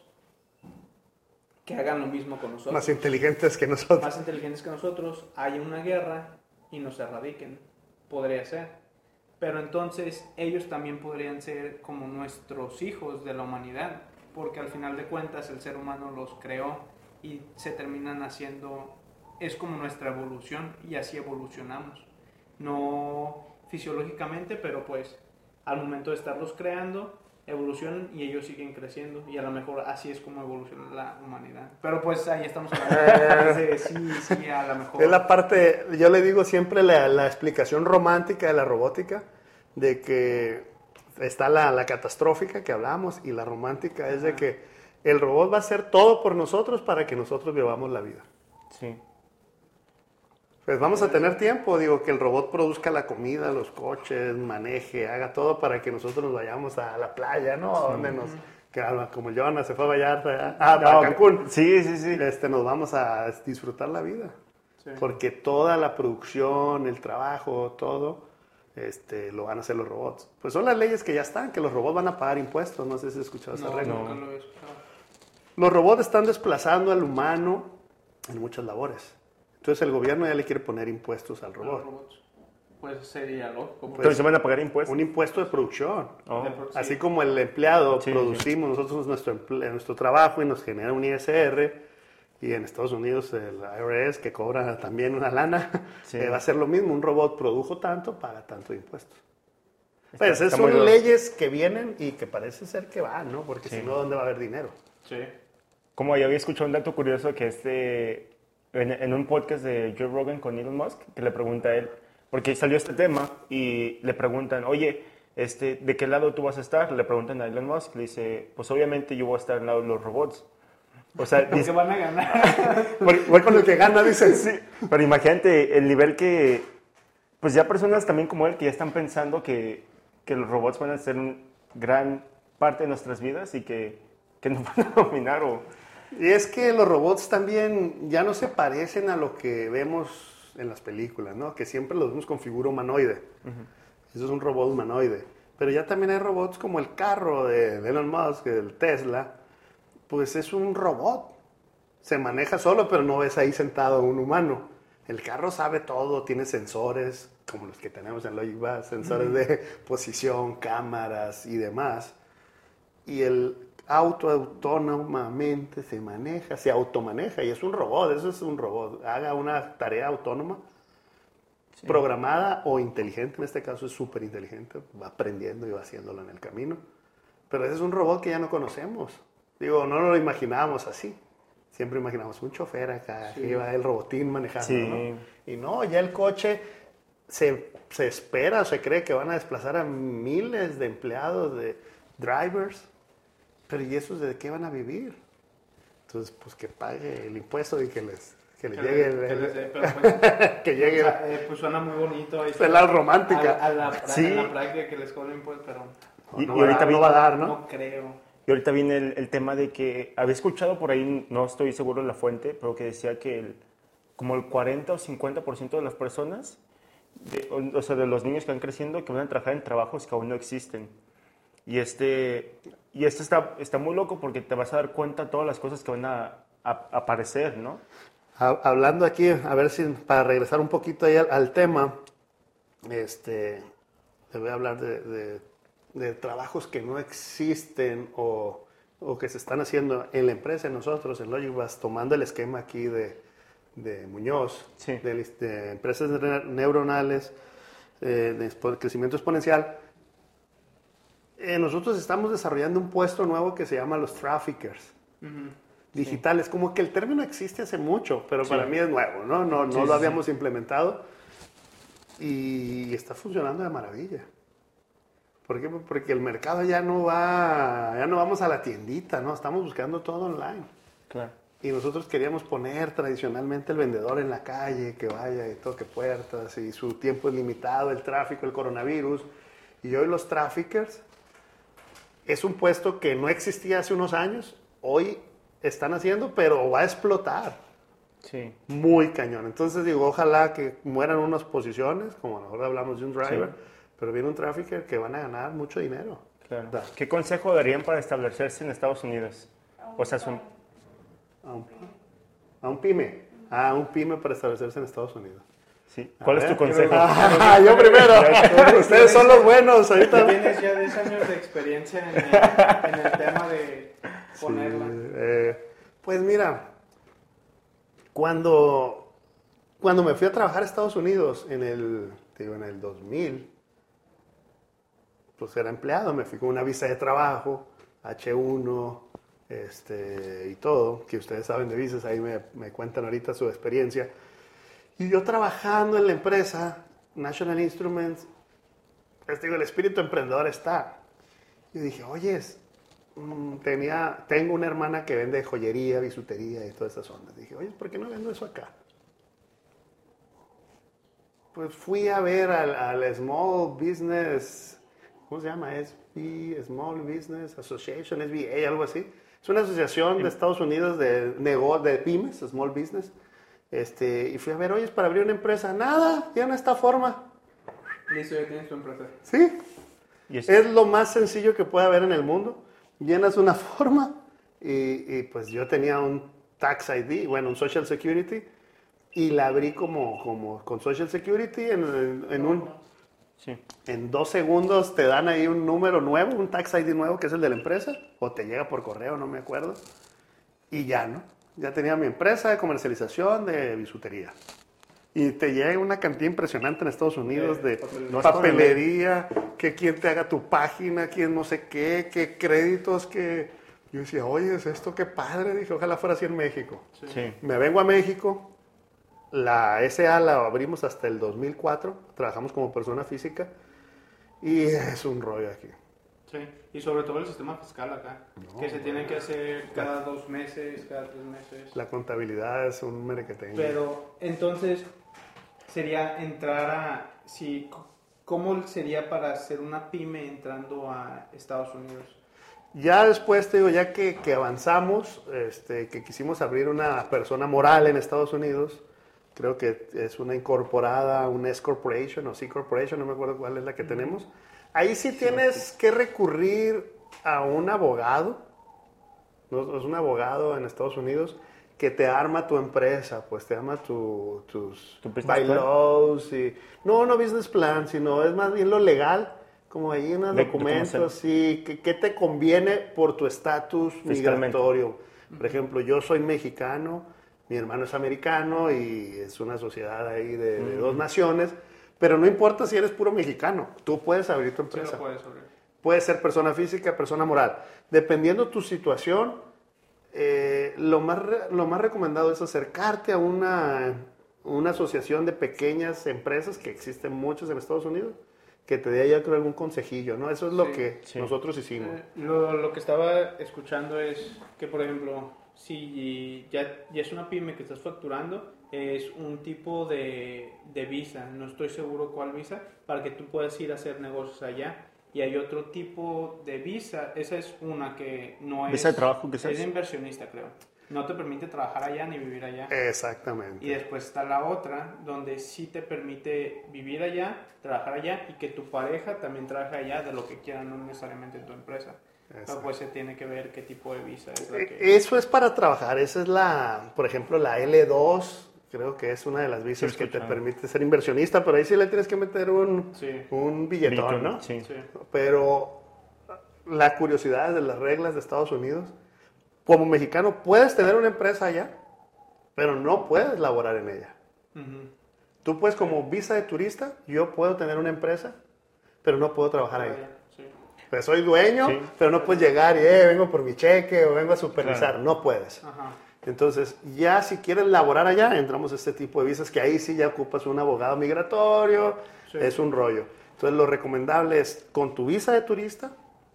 que hagan lo mismo con nosotros? Más inteligentes que nosotros. Más inteligentes que nosotros, hay una guerra y nos erradiquen. Podría ser. Pero entonces ellos también podrían ser como nuestros hijos de la humanidad, porque al final de cuentas el ser humano los creó y se terminan haciendo, es como nuestra evolución y así evolucionamos. No fisiológicamente, pero pues al momento de estarlos creando, evolucionan y ellos siguen creciendo y a lo mejor así es como evoluciona la humanidad. Pero pues ahí estamos hablando de sí, sí, a lo mejor. Es la parte, yo le digo siempre la, la explicación romántica de la robótica, de que está la, la catastrófica que hablamos y la romántica es Ajá. de que el robot va a hacer todo por nosotros para que nosotros vivamos la vida. Sí. Pues vamos a tener tiempo, digo, que el robot produzca la comida, los coches, maneje, haga todo para que nosotros nos vayamos a la playa, ¿no? Sí. Donde nos, que como Jonas se fue a Vallarta, ah, no, a Cancún. Sí, sí, sí. Este, nos vamos a disfrutar la vida. Sí. Porque toda la producción, el trabajo, todo, este, lo van a hacer los robots. Pues son las leyes que ya están, que los robots van a pagar impuestos, no sé si has escuchado esa no, regla. No, no lo he escuchado. Los robots están desplazando al humano en muchas labores. Entonces el gobierno ya le quiere poner impuestos al robot. Pues sería lógico. Pues, Entonces se van a pagar impuestos. Un impuesto de producción. Oh. De pro- Así sí. como el empleado sí, producimos sí. nosotros nuestro, emple- nuestro trabajo y nos genera un I S R. Y en Estados Unidos el I R S, que cobra también una lana, sí. eh, va a ser lo mismo. Un robot produjo tanto, paga tanto de impuestos. Está, pues esas son leyes que vienen y que parece ser que van, ¿no? Porque sí. si no, ¿dónde va a haber dinero? Sí. Como yo había escuchado un dato curioso que este, en, en un podcast de Joe Rogan con Elon Musk, que le pregunta a él, porque salió este tema y le preguntan, oye, este, ¿de qué lado tú vas a estar? Le preguntan a Elon Musk, le dice, pues obviamente yo voy a estar al lado de los robots. O sea, dice, van a ganar. Voy con el que gana, dice. Sí, pero imagínate el nivel que, pues ya personas también como él que ya están pensando que, que los robots van a ser una gran parte de nuestras vidas y que, que nos van a dominar o... Y es que los robots también ya no se parecen a lo que vemos en las películas, ¿no? Que siempre los vemos con figura humanoide. Uh-huh. Eso es un robot humanoide. Pero ya también hay robots como el carro de Elon Musk, el Tesla. Pues es un robot. Se maneja solo, pero no ves ahí sentado un humano. El carro sabe todo, tiene sensores, como los que tenemos en Logic Bus, sensores uh-huh. de posición, cámaras y demás. Y el auto autónomamente se maneja, se automaneja y es un robot, eso es un robot. Haga una tarea autónoma, sí. programada o inteligente, en este caso es súper inteligente, va aprendiendo y va haciéndolo en el camino. Pero ese es un robot que ya no conocemos. Digo, no lo imaginábamos así. Siempre imaginamos un chofer acá, sí. que va el robotín manejando, sí. ¿no? Y no, ya el coche se, se espera, se cree que van a desplazar a miles de empleados, de drivers. Pero ¿y esos de qué van a vivir? Entonces, pues que pague el impuesto y que les, que les que llegue el... el, que, les, pues, que llegue... O sea, eh, pues suena muy bonito. Ahí es la romántica. A, a, la, a sí. la práctica que les cobra impuesto, pero... No, y, no, y ahorita dar, no va a dar, ¿no? No creo. Y ahorita viene el, el tema de que... Había escuchado por ahí, no estoy seguro de la fuente, pero que decía que el, como el cuarenta o cincuenta por ciento de las personas, de, o, o sea, de los niños que van creciendo, que van a trabajar en trabajos que aún no existen. Y este, y esto está, está muy loco porque te vas a dar cuenta de todas las cosas que van a, a, a aparecer, ¿no? Hablando aquí, a ver si para regresar un poquito ahí al, al tema, este, te voy a hablar de, de, de trabajos que no existen o, o que se están haciendo en la empresa, en nosotros, en Logic Bus, tomando el esquema aquí de, de Muñoz, sí. de, de empresas neuronales, eh, de crecimiento exponencial. Eh, nosotros estamos desarrollando un puesto nuevo que se llama los traffickers uh-huh. digitales. Sí. Como que el término existe hace mucho, pero sí. para mí es nuevo, ¿no? No, no sí, lo habíamos sí. implementado y está funcionando de maravilla. ¿Por qué? Porque el mercado ya no va, ya no vamos a la tiendita, ¿no? Estamos buscando todo online. Claro. Y nosotros queríamos poner tradicionalmente el vendedor en la calle, que vaya y toque puertas, y su tiempo es limitado, el tráfico, el coronavirus. Y hoy los traffickers es un puesto que no existía hace unos años, hoy están haciendo, pero va a explotar. Sí. Muy cañón. Entonces digo, ojalá que mueran unas posiciones, como a lo mejor hablamos de un driver, sí. pero viene un trafficker que van a ganar mucho dinero. Claro. ¿Qué consejo darían para establecerse en Estados Unidos? O sea, son... A un, a un pyme. A un pyme para establecerse en Estados Unidos. Sí. ¿Cuál a es ver, tu consejo? Ah, yo primero. Ustedes son los buenos. Ahorita. Tienes ya diez años de experiencia en el, en el tema de ponerla. Sí, eh, pues mira, cuando, cuando me fui a trabajar a Estados Unidos en el, digo, en el dos mil, pues era empleado, me fui con una visa de trabajo, hache uno, este, y todo, que ustedes saben de visas, ahí me, me cuentan ahorita su experiencia. Y yo trabajando en la empresa, National Instruments, les digo, el espíritu emprendedor está. Yo dije, oye, tenía, tengo una hermana que vende joyería, bisutería y todas esas ondas. Dije, oye, ¿por qué no vendo eso acá? pues fui a ver al, al Small Business, ¿cómo se llama? S B, Small Business Association, S B A, algo así. Es una asociación de Estados Unidos de, nego, de pymes, Small Business. Este, y fui a ver, oye, es para abrir una empresa. Nada, ya no esta forma. Listo, ya tienes tu empresa. Sí. Es, es lo más sencillo que puede haber en el mundo. Llenas una forma y, y pues yo tenía un Tax I D, bueno, un Social Security, y la abrí como, como con Social Security en, en, en un... Sí. En dos segundos te dan ahí un número nuevo, un Tax I D nuevo, que es el de la empresa, o te llega por correo, no me acuerdo, y ya, ¿no? Ya tenía mi empresa de comercialización de bisutería. Y te llega una cantidad impresionante en Estados Unidos de, de papelería, que quién te haga tu página, quién no sé qué, qué créditos, que... Yo decía, oye, ¿es esto qué padre? Dije, ojalá fuera así en México. Sí. Sí. Me vengo a México, la S A la abrimos hasta el dos mil cuatro, trabajamos como persona física, y es un rollo aquí. Sí, y sobre todo el sistema fiscal acá, no, que se tiene que hacer cada dos meses, cada tres meses. La contabilidad es un merequetengue. Pero, entonces, sería entrar a... Si, ¿cómo sería para hacer una pyme entrando a Estados Unidos? Ya después, te digo, ya que, que avanzamos, este, que quisimos abrir una persona moral en Estados Unidos, creo que es una incorporada, una S Corporation o C Corporation, no me acuerdo cuál es la que mm. tenemos. Ahí sí tienes sí, sí. que recurrir a un abogado, ¿no? Es un abogado en Estados Unidos que te arma tu empresa, pues te arma tu, tus ¿Tu bylaws. Y, no, no business plan, sino es más bien lo legal, como ahí unos documentos, sí, que, que te conviene por tu estatus migratorio. Por ejemplo, yo soy mexicano, mi hermano es americano y es una sociedad ahí de, de mm. dos naciones. Pero no importa si eres puro mexicano, tú puedes abrir tu empresa. Sí, lo puedes abrir. Puedes ser persona física, persona moral. Dependiendo tu situación, eh, lo, más, lo más recomendado es acercarte a una, una asociación de pequeñas empresas, que existen muchas en Estados Unidos, que te dé ya creo algún consejillo, ¿no? Eso es lo sí, que sí. nosotros hicimos. Eh, lo, lo que estaba escuchando es que, por ejemplo, si ya, ya es una pyme que estás facturando, es un tipo de, de visa, no estoy seguro cuál visa, para que tú puedas ir a hacer negocios allá. Y hay otro tipo de visa, esa es una que no es... ¿Visa de trabajo que es? Es de inversionista, creo. No te permite trabajar allá ni vivir allá. Exactamente. Y después está la otra, donde sí te permite vivir allá, trabajar allá, y que tu pareja también trabaje allá de lo que quiera, no necesariamente en tu empresa. Pero pues se tiene que ver qué tipo de visa es la que... Eso es para trabajar, esa es la, por ejemplo, la L dos... Creo que es una de las visas sí, que te permite ser inversionista, pero ahí sí le tienes que meter un, sí. un billetón, ¿no? Sí. Sí. Pero la curiosidad de las reglas de Estados Unidos, como mexicano puedes tener una empresa allá, pero no puedes laborar en ella. Uh-huh. Tú puedes, como visa de turista, yo puedo tener una empresa, pero no puedo trabajar ahí. Sí. Pues soy dueño, sí. pero no puedes llegar y eh, vengo por mi cheque o vengo a supervisar. Claro. No puedes. Ajá. Entonces, ya si quieres laborar allá, entramos a este tipo de visas que ahí sí ya ocupas un abogado migratorio, sí. es un rollo. Entonces, lo recomendable es, con tu visa de turista,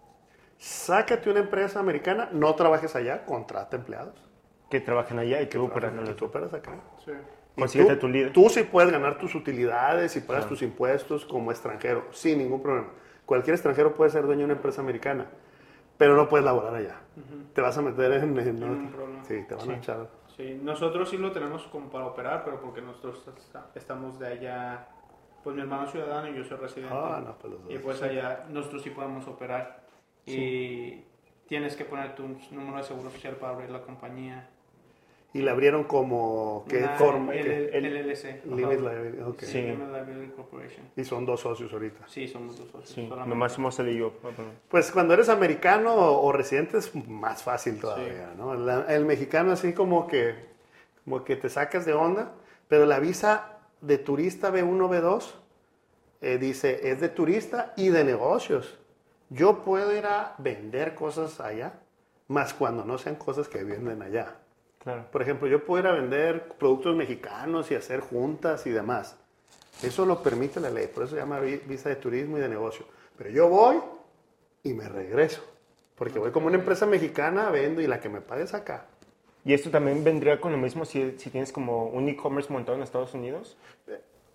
sácate una empresa americana, no trabajes allá, contrata empleados. Que trabajen allá y que, que operan allá. Tú operas acá. Sí. Consíguete tu líder. Tú sí puedes ganar tus utilidades y pagas claro. tus impuestos como extranjero, sin ningún problema. Cualquier extranjero puede ser dueño de una empresa americana. Pero no puedes laborar allá. Uh-huh. Te vas a meter en... en no, sí, te van sí. a echar. Sí, nosotros sí lo tenemos como para operar, pero porque nosotros estamos de allá... Pues mi hermano es ciudadano y yo soy residente. Ah, no, pues los dos. Y pues allá nosotros sí podemos operar. Sí. Y tienes que poner tu número de seguro social para abrir la compañía. ¿Y la abrieron como qué Una forma? L L C. Limit Liability, ok. Sí. Limit Liability Corporation. Y son dos socios ahorita. Sí, somos dos socios. Sí, nomás somos él y yo. Pues cuando eres americano o residente es más fácil todavía, sí. ¿no? La, el mexicano así como que, como que te sacas de onda, pero la visa de turista B uno, B dos eh, dice, es de turista y de negocios. Yo puedo ir a vender cosas allá, más cuando no sean cosas que venden allá. Claro. Por ejemplo, yo puedo ir a vender productos mexicanos y hacer juntas y demás. Eso lo permite la ley, por eso se llama visa de turismo y de negocio. Pero yo voy y me regreso, porque voy como una empresa mexicana, vendo y la que me pagues acá. ¿Y esto también vendría con lo mismo si, si tienes como un e-commerce montado en Estados Unidos?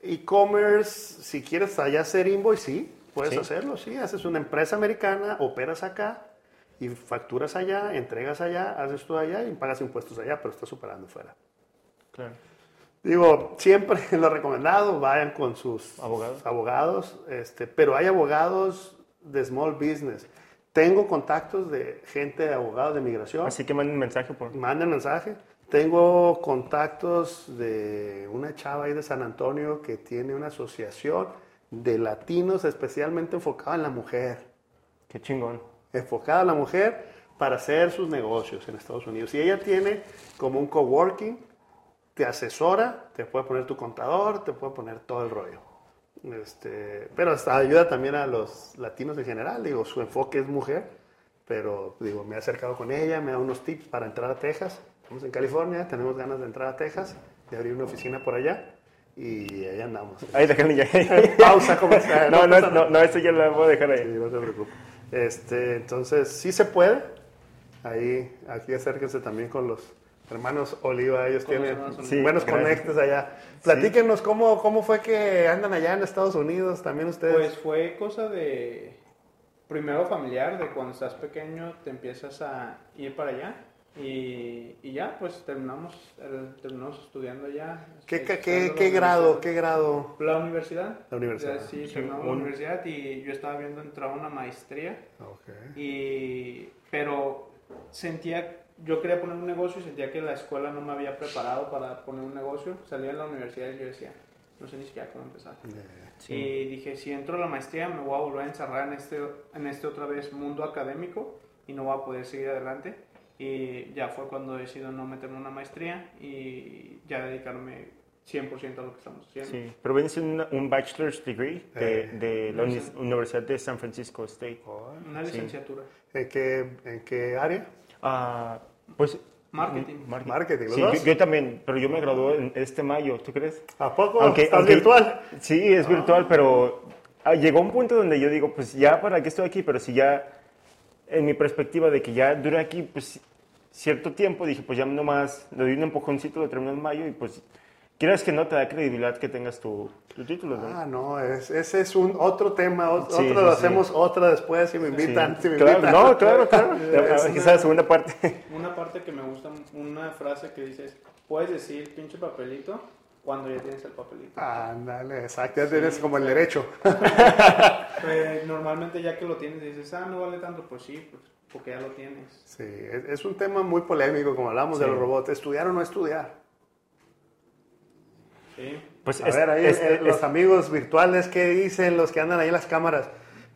E-commerce, si quieres allá hacer invoice, sí, puedes ¿Sí? hacerlo, sí. Haces una empresa americana, operas acá y facturas allá, entregas allá, haces todo allá y pagas impuestos allá, pero estás operando fuera. Claro. Digo, siempre lo recomendado, vayan con sus abogados, abogados este, pero hay abogados de small business. Tengo contactos de gente de abogados de migración. Así que manden mensaje por... Manden mensaje. Tengo contactos de una chava ahí de San Antonio que tiene una asociación de latinos especialmente enfocada en la mujer. Qué chingón. Enfocada en la mujer para hacer sus negocios en Estados Unidos. Y ella tiene como un coworking, te asesora, te puede poner tu contador, te puede poner todo el rollo. Este, pero hasta ayuda también a los latinos en general. Digo, su enfoque es mujer, pero digo, me he acercado con ella, me da unos tips para entrar a Texas. Estamos en California, tenemos ganas de entrar a Texas, de abrir una oficina por allá y ahí andamos. Ahí déjale ya. Pausa, ¿cómo está? No, no, no, no, no, eso ya lo voy a dejar ahí. Sí, no se preocupe. Este, entonces, sí se puede. Ahí, aquí acérquense también con los hermanos Oliva, ellos tienen sí, buenos gracias. conectes allá. Platíquenos sí. cómo, cómo fue que andan allá en Estados Unidos, también ustedes. Pues fue cosa de, primero familiar, de cuando estás pequeño te empiezas a ir para allá y, y ya, pues terminamos, el, terminamos estudiando allá. ¿Qué, qué, qué, qué grado? ¿Qué grado? La universidad. La universidad. Sí, terminamos la universidad y yo estaba viendo entrar a una maestría. Okay. Y, pero sentía, yo quería poner un negocio y sentía que la escuela no me había preparado para poner un negocio. Salía de la universidad y yo decía, no sé ni siquiera cómo empezar. Yeah. Sí. Y dije, si entro a la maestría me voy a volver a encerrar en este, en este otra vez mundo académico y no voy a poder seguir adelante. Y ya fue cuando decidí no meterme en una maestría y ya dedicarme cien por ciento a lo que estamos haciendo. Sí, pero viene siendo un bachelor's degree de, Eh. de la uni Universidad de San Francisco State. Oh. Una licenciatura. Sí. ¿En, qué, ¿En qué área? Uh, pues... Marketing. Marketing. Marketing, ¿los sí, dos? yo, yo también, pero yo me gradué en este mayo, ¿tú crees? ¿A poco? Aunque, ¿Estás aunque, virtual? Sí, es virtual, ah. pero llegó un punto donde yo digo, pues ya para qué estoy aquí, pero si ya, en mi perspectiva de que ya duré aquí, pues cierto tiempo, dije, pues ya nomás le doy un empujoncito, lo termino en mayo y pues, quieras que no, te da credibilidad que tengas tu, tu título, ¿no? Ah, no, es, ese es un otro tema, otro, sí, otro sí, lo sí. hacemos otra después si me invitan. Sí. Si me claro, invitan. No, claro, claro. Es Quizás una... la segunda parte. Una parte que me gusta, una frase que dices, puedes decir pinche papelito cuando ya tienes el papelito. Ándale, exacto, ya tienes sí, como el derecho. Pues, normalmente ya que lo tienes dices, ah, no vale tanto, pues sí, pues, porque ya lo tienes. Sí, es, es un tema muy polémico, como hablamos sí. de los robots, estudiar o no estudiar. Sí. Pues a es, ver, ahí es, eh, es, los amigos virtuales, ¿qué dicen los que andan ahí en las cámaras?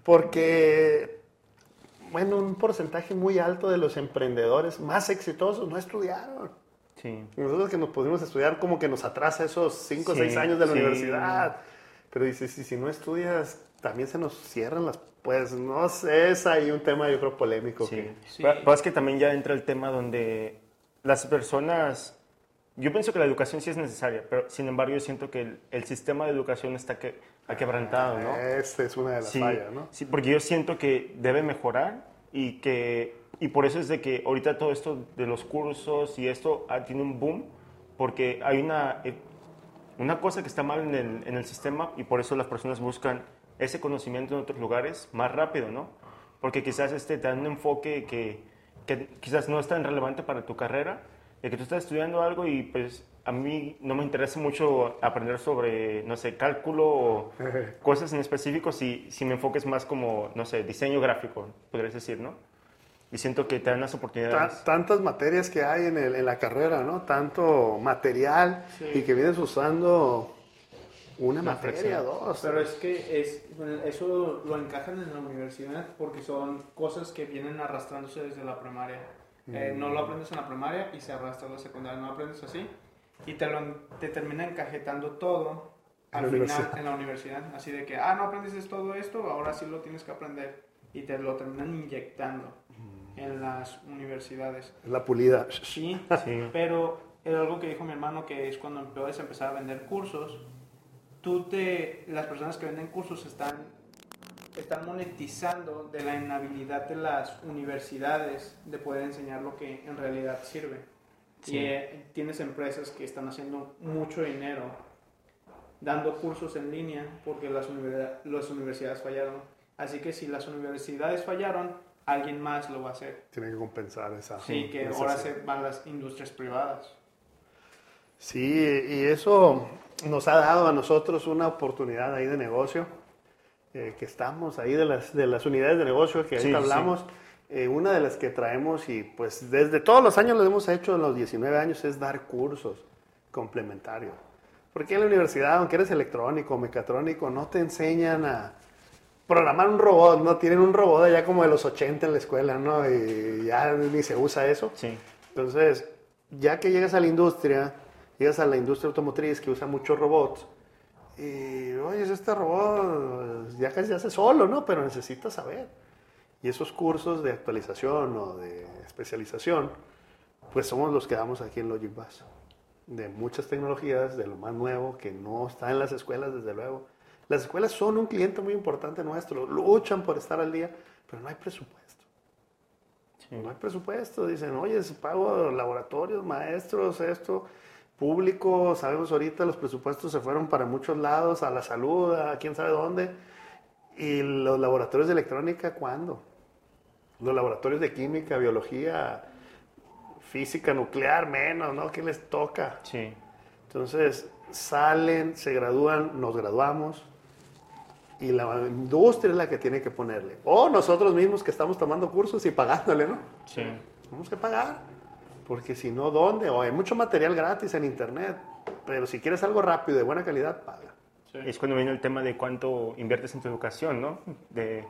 Porque, bueno, un porcentaje muy alto de los emprendedores más exitosos no estudiaron. Sí. Y nosotros que nos pudimos estudiar como que nos atrasa esos cinco o sí, seis años de la sí. universidad. Pero dices, si, si no estudias, también se nos cierran las... Pues no sé, es ahí un tema yo creo polémico. Sí, que... sí. Pero es que también ya entra el tema donde las personas... Yo pienso que la educación sí es necesaria, pero sin embargo yo siento que el, el sistema de educación está que, quebrantado, ¿no? Esa es una de las sí, fallas, ¿no? Sí, porque yo siento que debe mejorar y que y por eso es de que ahorita todo esto de los cursos y esto ah, tiene un boom, porque hay una, eh, una cosa que está mal en el, en el sistema y por eso las personas buscan ese conocimiento en otros lugares más rápido, ¿no? Porque quizás este, te dan un enfoque que, que quizás no es tan relevante para tu carrera, de que tú estás estudiando algo y pues a mí no me interesa mucho aprender sobre, no sé, cálculo o cosas en específico si, si mi enfoque es más como, no sé, diseño gráfico, podrías decir, ¿no? Y siento que te dan las oportunidades. Tantas materias que hay en, el, en la carrera, ¿no? Tanto material sí. y que vienes usando una, una materia, fracción. dos. Pero es que es, eso lo encajan en la universidad porque son cosas que vienen arrastrándose desde la primaria. Eh, no lo aprendes en la primaria y se arrastra en la secundaria, no lo aprendes así y te, lo, te termina encajetando todo al final universidad. En la universidad, así de que, ah, no aprendes todo esto, ahora sí lo tienes que aprender y te lo terminan inyectando mm. en las universidades. La pulida. Sí, sí, pero era algo que dijo mi hermano que es cuando puedes empezar a vender cursos, tú te, las personas que venden cursos están... están monetizando de la inhabilidad de las universidades de poder enseñar lo que en realidad sirve. Sí. Y eh, tienes empresas que están haciendo mucho dinero dando cursos en línea porque las, univers- las universidades fallaron. Así que si las universidades fallaron, alguien más lo va a hacer. Tiene que compensar esa. Sí, que ahora se van las industrias privadas. Sí, y eso nos ha dado a nosotros una oportunidad ahí de negocio, eh, que estamos ahí de las, de las unidades de negocio que ahorita sí, hablamos. Sí. Eh, una de las que traemos y pues desde todos los años lo hemos hecho en los diecinueve años es dar cursos complementarios. Porque en la universidad, aunque eres electrónico o mecatrónico, no te enseñan a programar un robot, ¿no? Tienen un robot allá como de los ochenta en la escuela, ¿no? Y ya ni se usa eso. Sí. Entonces, ya que llegas a la industria, llegas a la industria automotriz que usa muchos robots, y, oye, este robot ya casi se hace solo, ¿no? Pero necesitas saber. Y esos cursos de actualización o de especialización, pues somos los que damos aquí en Logic Bus. De muchas tecnologías, de lo más nuevo, que no está en las escuelas, desde luego. Las escuelas son un cliente muy importante nuestro, luchan por estar al día, pero no hay presupuesto. Sí. No hay presupuesto, dicen, oye, pago laboratorios, maestros, esto, público, sabemos ahorita los presupuestos se fueron para muchos lados, a la salud, a quién sabe dónde, y los laboratorios de electrónica, ¿cuándo? Los laboratorios de química, biología, física nuclear, menos, ¿no? ¿Qué les toca? Sí. Entonces, salen, se gradúan, nos graduamos, y la industria es la que tiene que ponerle. O nosotros mismos que estamos tomando cursos y pagándole, ¿no? Sí. Tenemos que pagar, porque si no, ¿dónde? O hay mucho material gratis en internet, pero si quieres algo rápido, de buena calidad, paga. Sí. Es cuando viene el tema de cuánto inviertes en tu educación, ¿no? De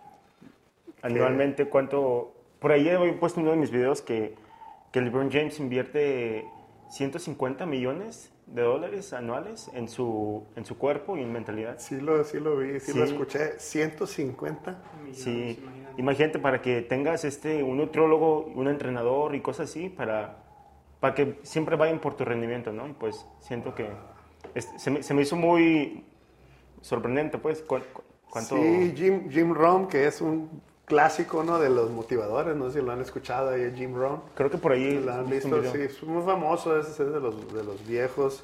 anualmente cuánto... Por ahí he puesto en uno de mis videos que, que LeBron James invierte ciento cincuenta millones de dólares anuales en su, en su cuerpo y en mentalidad. Sí lo, sí lo vi, sí, sí lo escuché. ciento cincuenta millones. Sí, imagínate. imagínate para que tengas este, un nutriólogo, un entrenador y cosas así, para, para que siempre vayan por tu rendimiento, ¿no? Y pues siento que este, se, me, se me hizo muy sorprendente, pues, cu, cu, cuánto... Sí, Jim, Jim Rohn, que es un clásico, ¿no? De los motivadores, no sé si lo han escuchado ahí, Jim Rohn. Creo que por ahí lo han visto, sí, es muy famoso, ese es de los, de los viejos.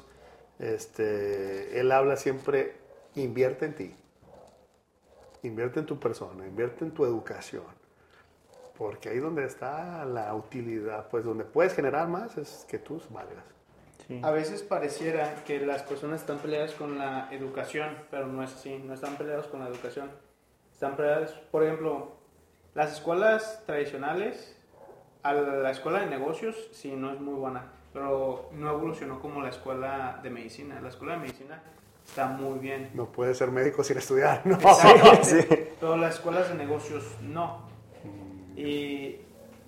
Este, él habla siempre, invierte en ti, invierte en tu persona, invierte en tu educación, porque ahí donde está la utilidad, pues donde puedes generar más es que tú valgas. Sí. A veces pareciera que las personas están peleadas con la educación, pero no es así, no están peleados con la educación. Están peleadas, por ejemplo, las escuelas tradicionales, a la escuela de negocios sí no es muy buena, pero no evolucionó como la escuela de medicina. La escuela de medicina está muy bien. No puede ser médico sin estudiar, ¿no? Sí, sí. Pero las escuelas de negocios no. Y,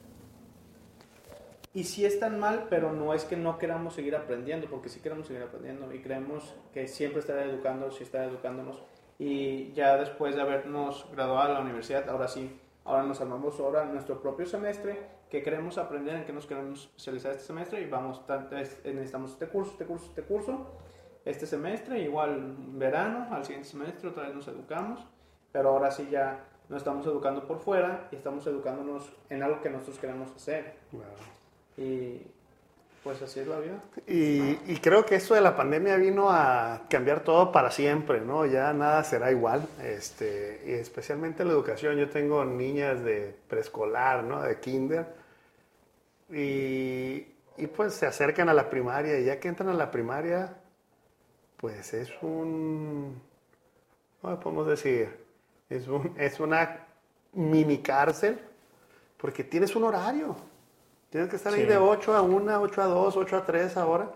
y sí están mal, pero no es que no queramos seguir aprendiendo, porque sí queremos seguir aprendiendo y creemos que siempre estará educando, sí estará educándonos. Y ya después de habernos graduado de la universidad, ahora sí, ahora nos armamos ahora nuestro propio semestre, que queremos aprender, en qué nos queremos especializar este semestre, y vamos, necesitamos este curso, este curso, este curso, este semestre, igual verano, al siguiente semestre otra vez nos educamos, pero ahora sí ya no estamos educando por fuera, y estamos educándonos en algo que nosotros queremos hacer. Wow. Y pues así es la vida. Y, y creo que esto de la pandemia vino a cambiar todo para siempre, ¿no? Ya nada será igual, este, y especialmente la educación. Yo tengo niñas de preescolar, ¿no? De kinder, y, y pues se acercan a la primaria, y ya que entran a la primaria, pues es un, ¿cómo podemos decir? Es, un, es una mini cárcel, porque tienes un horario. Tienes que estar sí. ahí de ocho a una, ocho a dos, ocho a tres ahora.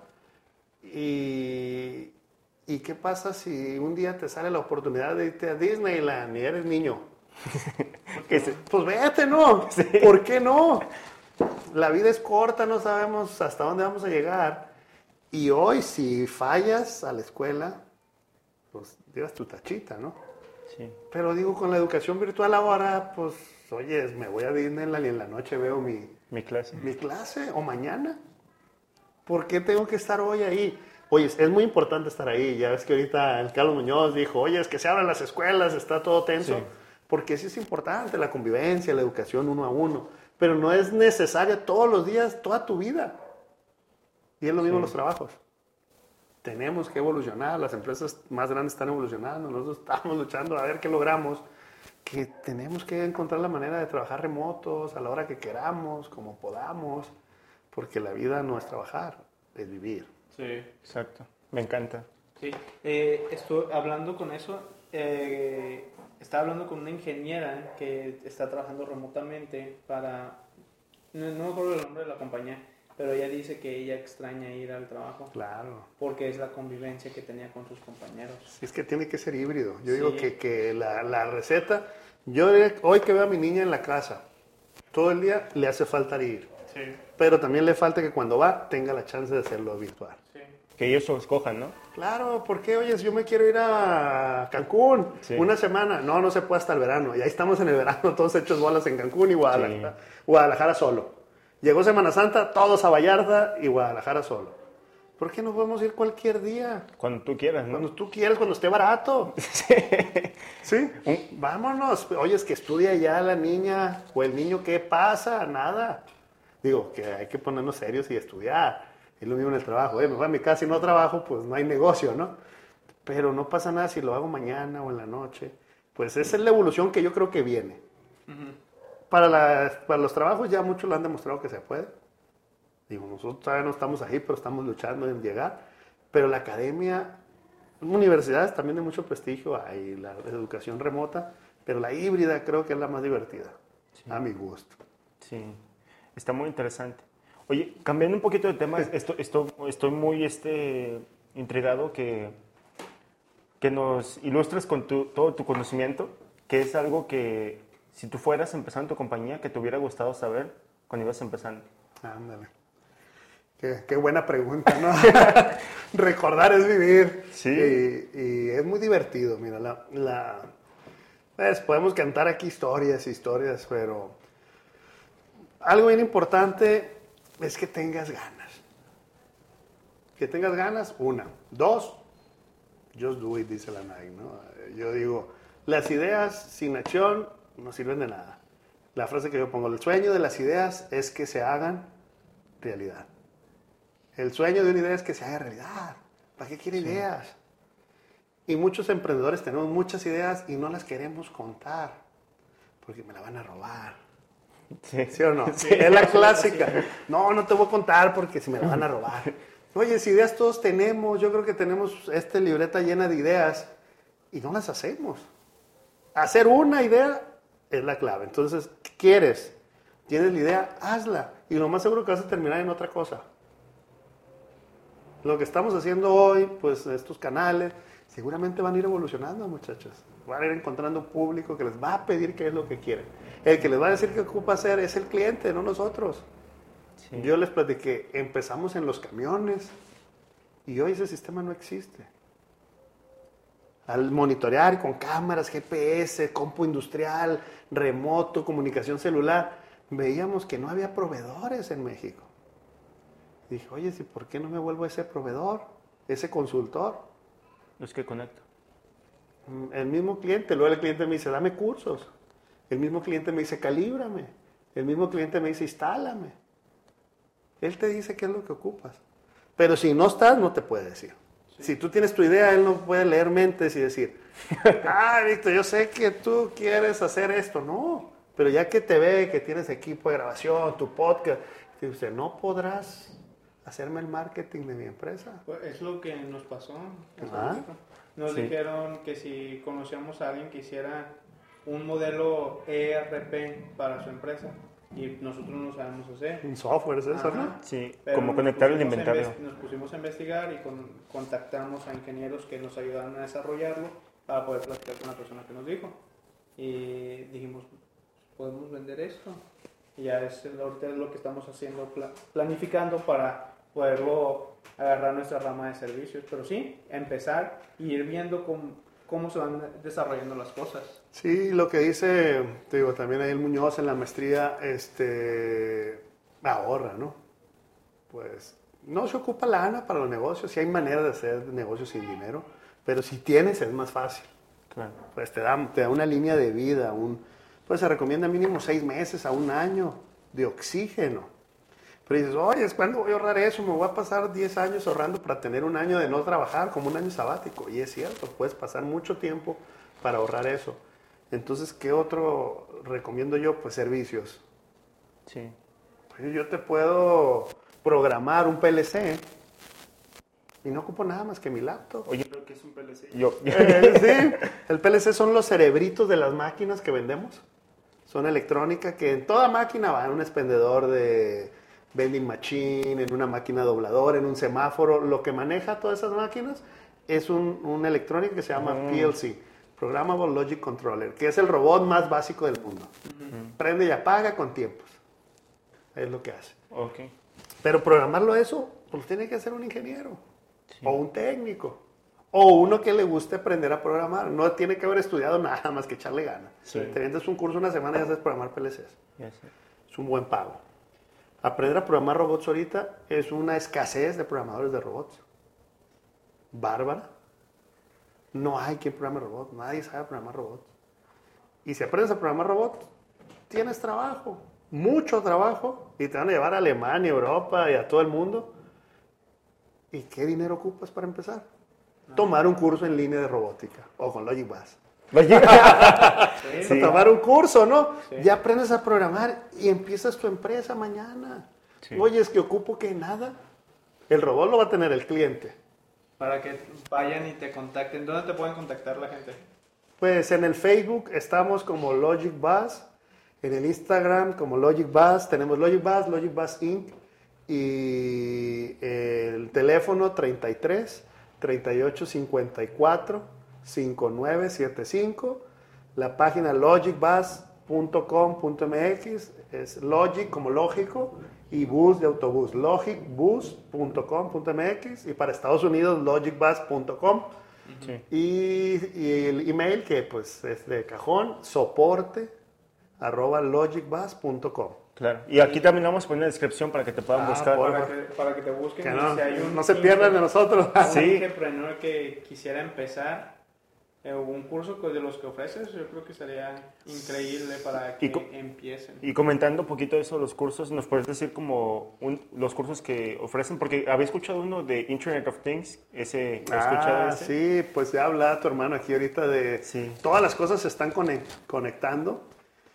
Y, ¿Y qué pasa si un día te sale la oportunidad de irte a Disneyland y eres niño? Pues vete, ¿no? Sí. ¿Por qué no? La vida es corta, no sabemos hasta dónde vamos a llegar. Y hoy, si fallas a la escuela, pues llevas tu tachita, ¿no? Sí. Pero digo, con la educación virtual ahora, pues, oye, me voy a Disneyland y en la noche veo mi... Mi clase. Mi clase, o mañana. ¿Por qué tengo que estar hoy ahí? Oye, es muy importante estar ahí. Ya ves que ahorita el Carlos Muñoz dijo, oye, es que se abran las escuelas, está todo tenso. Sí. Porque sí es importante la convivencia, la educación uno a uno. Pero no es necesaria todos los días, toda tu vida. Y es lo mismo sí. los trabajos. tenemos que evolucionar, las empresas más grandes están evolucionando, nosotros estamos luchando a ver qué logramos, que tenemos que encontrar la manera de trabajar remotos a la hora que queramos, como podamos, porque la vida no es trabajar, es vivir. Sí, exacto. Me encanta. Sí, eh, estoy hablando con eso, eh, estaba hablando con una ingeniera que está trabajando remotamente para, no, no me acuerdo el nombre de la compañía, pero ella dice que ella extraña ir al trabajo. Claro. Porque es la convivencia que tenía con sus compañeros. Sí, es que tiene que ser híbrido. Yo sí. digo que, que la, la receta, yo hoy que veo a mi niña en la casa, todo el día le hace falta ir. Sí. Pero también le falta que cuando va tenga la chance de hacerlo virtual. Sí. Que ellos lo escojan, ¿no? Claro, porque oye, si yo me quiero ir a Cancún sí. una semana, no, no se puede hasta el verano. Y ahí estamos en el verano todos hechos bolas en Cancún y Guadalajara, sí. Guadalajara solo. Llegó Semana Santa, todos a Vallarta y Guadalajara solo. ¿Por qué no podemos ir cualquier día? Cuando tú quieras, ¿no? Cuando tú quieras, cuando esté barato. Sí. ¿Sí? Vámonos. Oye, es que estudia ya la niña o el niño, ¿qué pasa? Nada. Digo, que hay que ponernos serios y estudiar. Es lo mismo en el trabajo. Eh, me voy a mi casa y no trabajo, pues no hay negocio, ¿no? Pero no pasa nada si lo hago mañana o en la noche. Pues esa es la evolución que yo creo que viene. Uh-huh. Para, la, para los trabajos ya muchos lo han demostrado que se puede. Digo, nosotros todavía no estamos ahí, pero estamos luchando en llegar. Pero la academia, universidades también de mucho prestigio, hay la educación remota, pero la híbrida creo que es la más divertida, sí. A mi gusto. Sí, está muy interesante. Oye, cambiando un poquito de tema, estoy, estoy, estoy muy este, intrigado que, que nos ilustres con tu, todo tu conocimiento, que es algo que si tú fueras empezando tu compañía, que te hubiera gustado saber cuando ibas empezando. Ándale. Qué, qué buena pregunta, ¿no? Recordar es vivir. Sí. Y, y es muy divertido, mira, la, la, pues podemos cantar aquí historias, historias, pero algo bien importante es que tengas ganas. Que tengas ganas, una. Dos, just do it, dice la Nike, ¿no? Yo digo, las ideas sin acción no sirven de nada. La frase que yo pongo, el sueño de las ideas es que se hagan realidad. El sueño de una idea es que se haga realidad. ¿Para qué quiere sí. ideas? Y muchos emprendedores tenemos muchas ideas y no las queremos contar porque me la van a robar. ¿Sí, ¿Sí o no? Sí. Es la clásica. No, no te voy a contar porque si me la van a robar. Oye, si ideas todos tenemos, yo creo que tenemos esta libreta llena de ideas y no las hacemos. Hacer una idea es la clave. Entonces, ¿qué quieres? ¿Tienes la idea? Hazla. Y lo más seguro que vas a terminar en otra cosa. Lo que estamos haciendo hoy, pues estos canales, seguramente van a ir evolucionando, muchachos. Van a ir encontrando público que les va a pedir qué es lo que quieren. El que les va a decir qué ocupa hacer es el cliente, no nosotros. Sí. Yo les platiqué, empezamos en los camiones y hoy ese sistema no existe. Al monitorear con cámaras, G P S, compu industrial, remoto, comunicación celular, veíamos que no había proveedores en México. Dije, oye, ¿sí por qué no me vuelvo ese proveedor, ese consultor? Es que conecto. El mismo cliente, luego el cliente me dice, dame cursos. El mismo cliente me dice, calíbrame. El mismo cliente me dice, instálame. Él te dice qué es lo que ocupas. Pero si no estás, no te puede decir. Sí. Si tú tienes tu idea, él no puede leer mentes y decir, ah, Víctor, yo sé que tú quieres hacer esto. No, pero ya que te ve, que tienes equipo de grabación, tu podcast, te dice, no podrás hacerme el marketing de mi empresa. Pues es lo que nos pasó. ¿Ah? Nos sí. dijeron que si conocíamos a alguien que hiciera un modelo E R P para su empresa y nosotros no sabemos hacer. Un software es eso, ¿no? Sí, como conectar el inventario. Nos pusimos a investigar y con, contactamos a ingenieros que nos ayudaron a desarrollarlo para poder platicar con la persona que nos dijo. Y dijimos, ¿podemos vender esto? Y ya es ahorita es lo que estamos haciendo, planificando para poderlo agarrar nuestra rama de servicios. Pero sí, empezar y ir viendo cómo, cómo se van desarrollando las cosas. Sí, lo que dice, te digo, también ahí el Muñoz en la maestría, este, ahorra, ¿no? Pues no se ocupa lana para los negocios, sí hay manera de hacer negocios sin dinero, pero si tienes es más fácil. Claro. Pues te da, te da una línea de vida, un, pues se recomienda mínimo seis meses a un año de oxígeno. Pero dices, oye, ¿cuándo voy a ahorrar eso? Me voy a pasar diez años ahorrando para tener un año de no trabajar, como un año sabático. Y es cierto, puedes pasar mucho tiempo para ahorrar eso. Entonces, ¿qué otro recomiendo yo? Pues servicios. Sí. Pues yo te puedo programar un P L C y no ocupo nada más que mi laptop. Oye, ¿pero qué es un P L C? Yo. Eh, sí, el P L C son los cerebritos de las máquinas que vendemos. Son electrónica que en toda máquina va, en un expendedor de vending machine, en una máquina dobladora, en un semáforo. Lo que maneja todas esas máquinas es un, una electrónica que se llama mm. P L C, Programmable Logic Controller, que es el robot más básico del mundo. Uh-huh. Prende y apaga con tiempos. Es lo que hace. Okay. Pero programarlo eso, pues tiene que hacer un ingeniero. Sí. O un técnico. O uno que le guste aprender a programar. No tiene que haber estudiado nada más que echarle ganas. Sí. Te vendes un curso una semana y ya sabes programar P L Cs. Yes. Es un buen pago. Aprender a programar robots ahorita es una escasez de programadores de robots. Bárbara. No hay quien programe robots. Nadie sabe programar robots. Y si aprendes a programar robots, tienes trabajo. Mucho trabajo. Y te van a llevar a Alemania, Europa y a todo el mundo. ¿Y qué dinero ocupas para empezar? Tomar un curso en línea de robótica o con Logic Bus. sí, sí. Tomar un curso, ¿no? Sí. Ya aprendes a programar y empiezas tu empresa mañana. Sí. Oye, es que ocupo que nada. El robot lo va a tener el cliente. Para que vayan y te contacten. ¿Dónde te pueden contactar la gente? Pues en el Facebook estamos como Logic Bus. En el Instagram como Logic Bus. Tenemos Logic Bus, Logic Bus Incorporated. Y el teléfono treinta y tres, treinta y ocho, cincuenta y cuatro, cincuenta y nueve setenta y cinco. La página logic bus punto com punto m x es Logic como lógico y bus de autobús. logic bus punto com punto m x y para Estados Unidos logic bus punto com. Sí. Y, y el email que pues es de cajón, soporte arroba logic bus punto com. Claro. Y aquí también vamos a poner la descripción para que te puedan ah, buscar. Para que, para que te busquen. Que no, si hay un no se pierdan de nosotros. Sí. Un entrepreneur que quisiera empezar eh, un curso de los que ofreces, yo creo que sería increíble para que y empiecen. Y comentando un poquito eso, los cursos, ¿nos puedes decir como un, los cursos que ofrecen? Porque había escuchado uno de Internet of Things, ese, ¿has ah, escuchado ese? Sí, pues ya hablaba tu hermano aquí ahorita de sí. Todas las cosas se están conectando.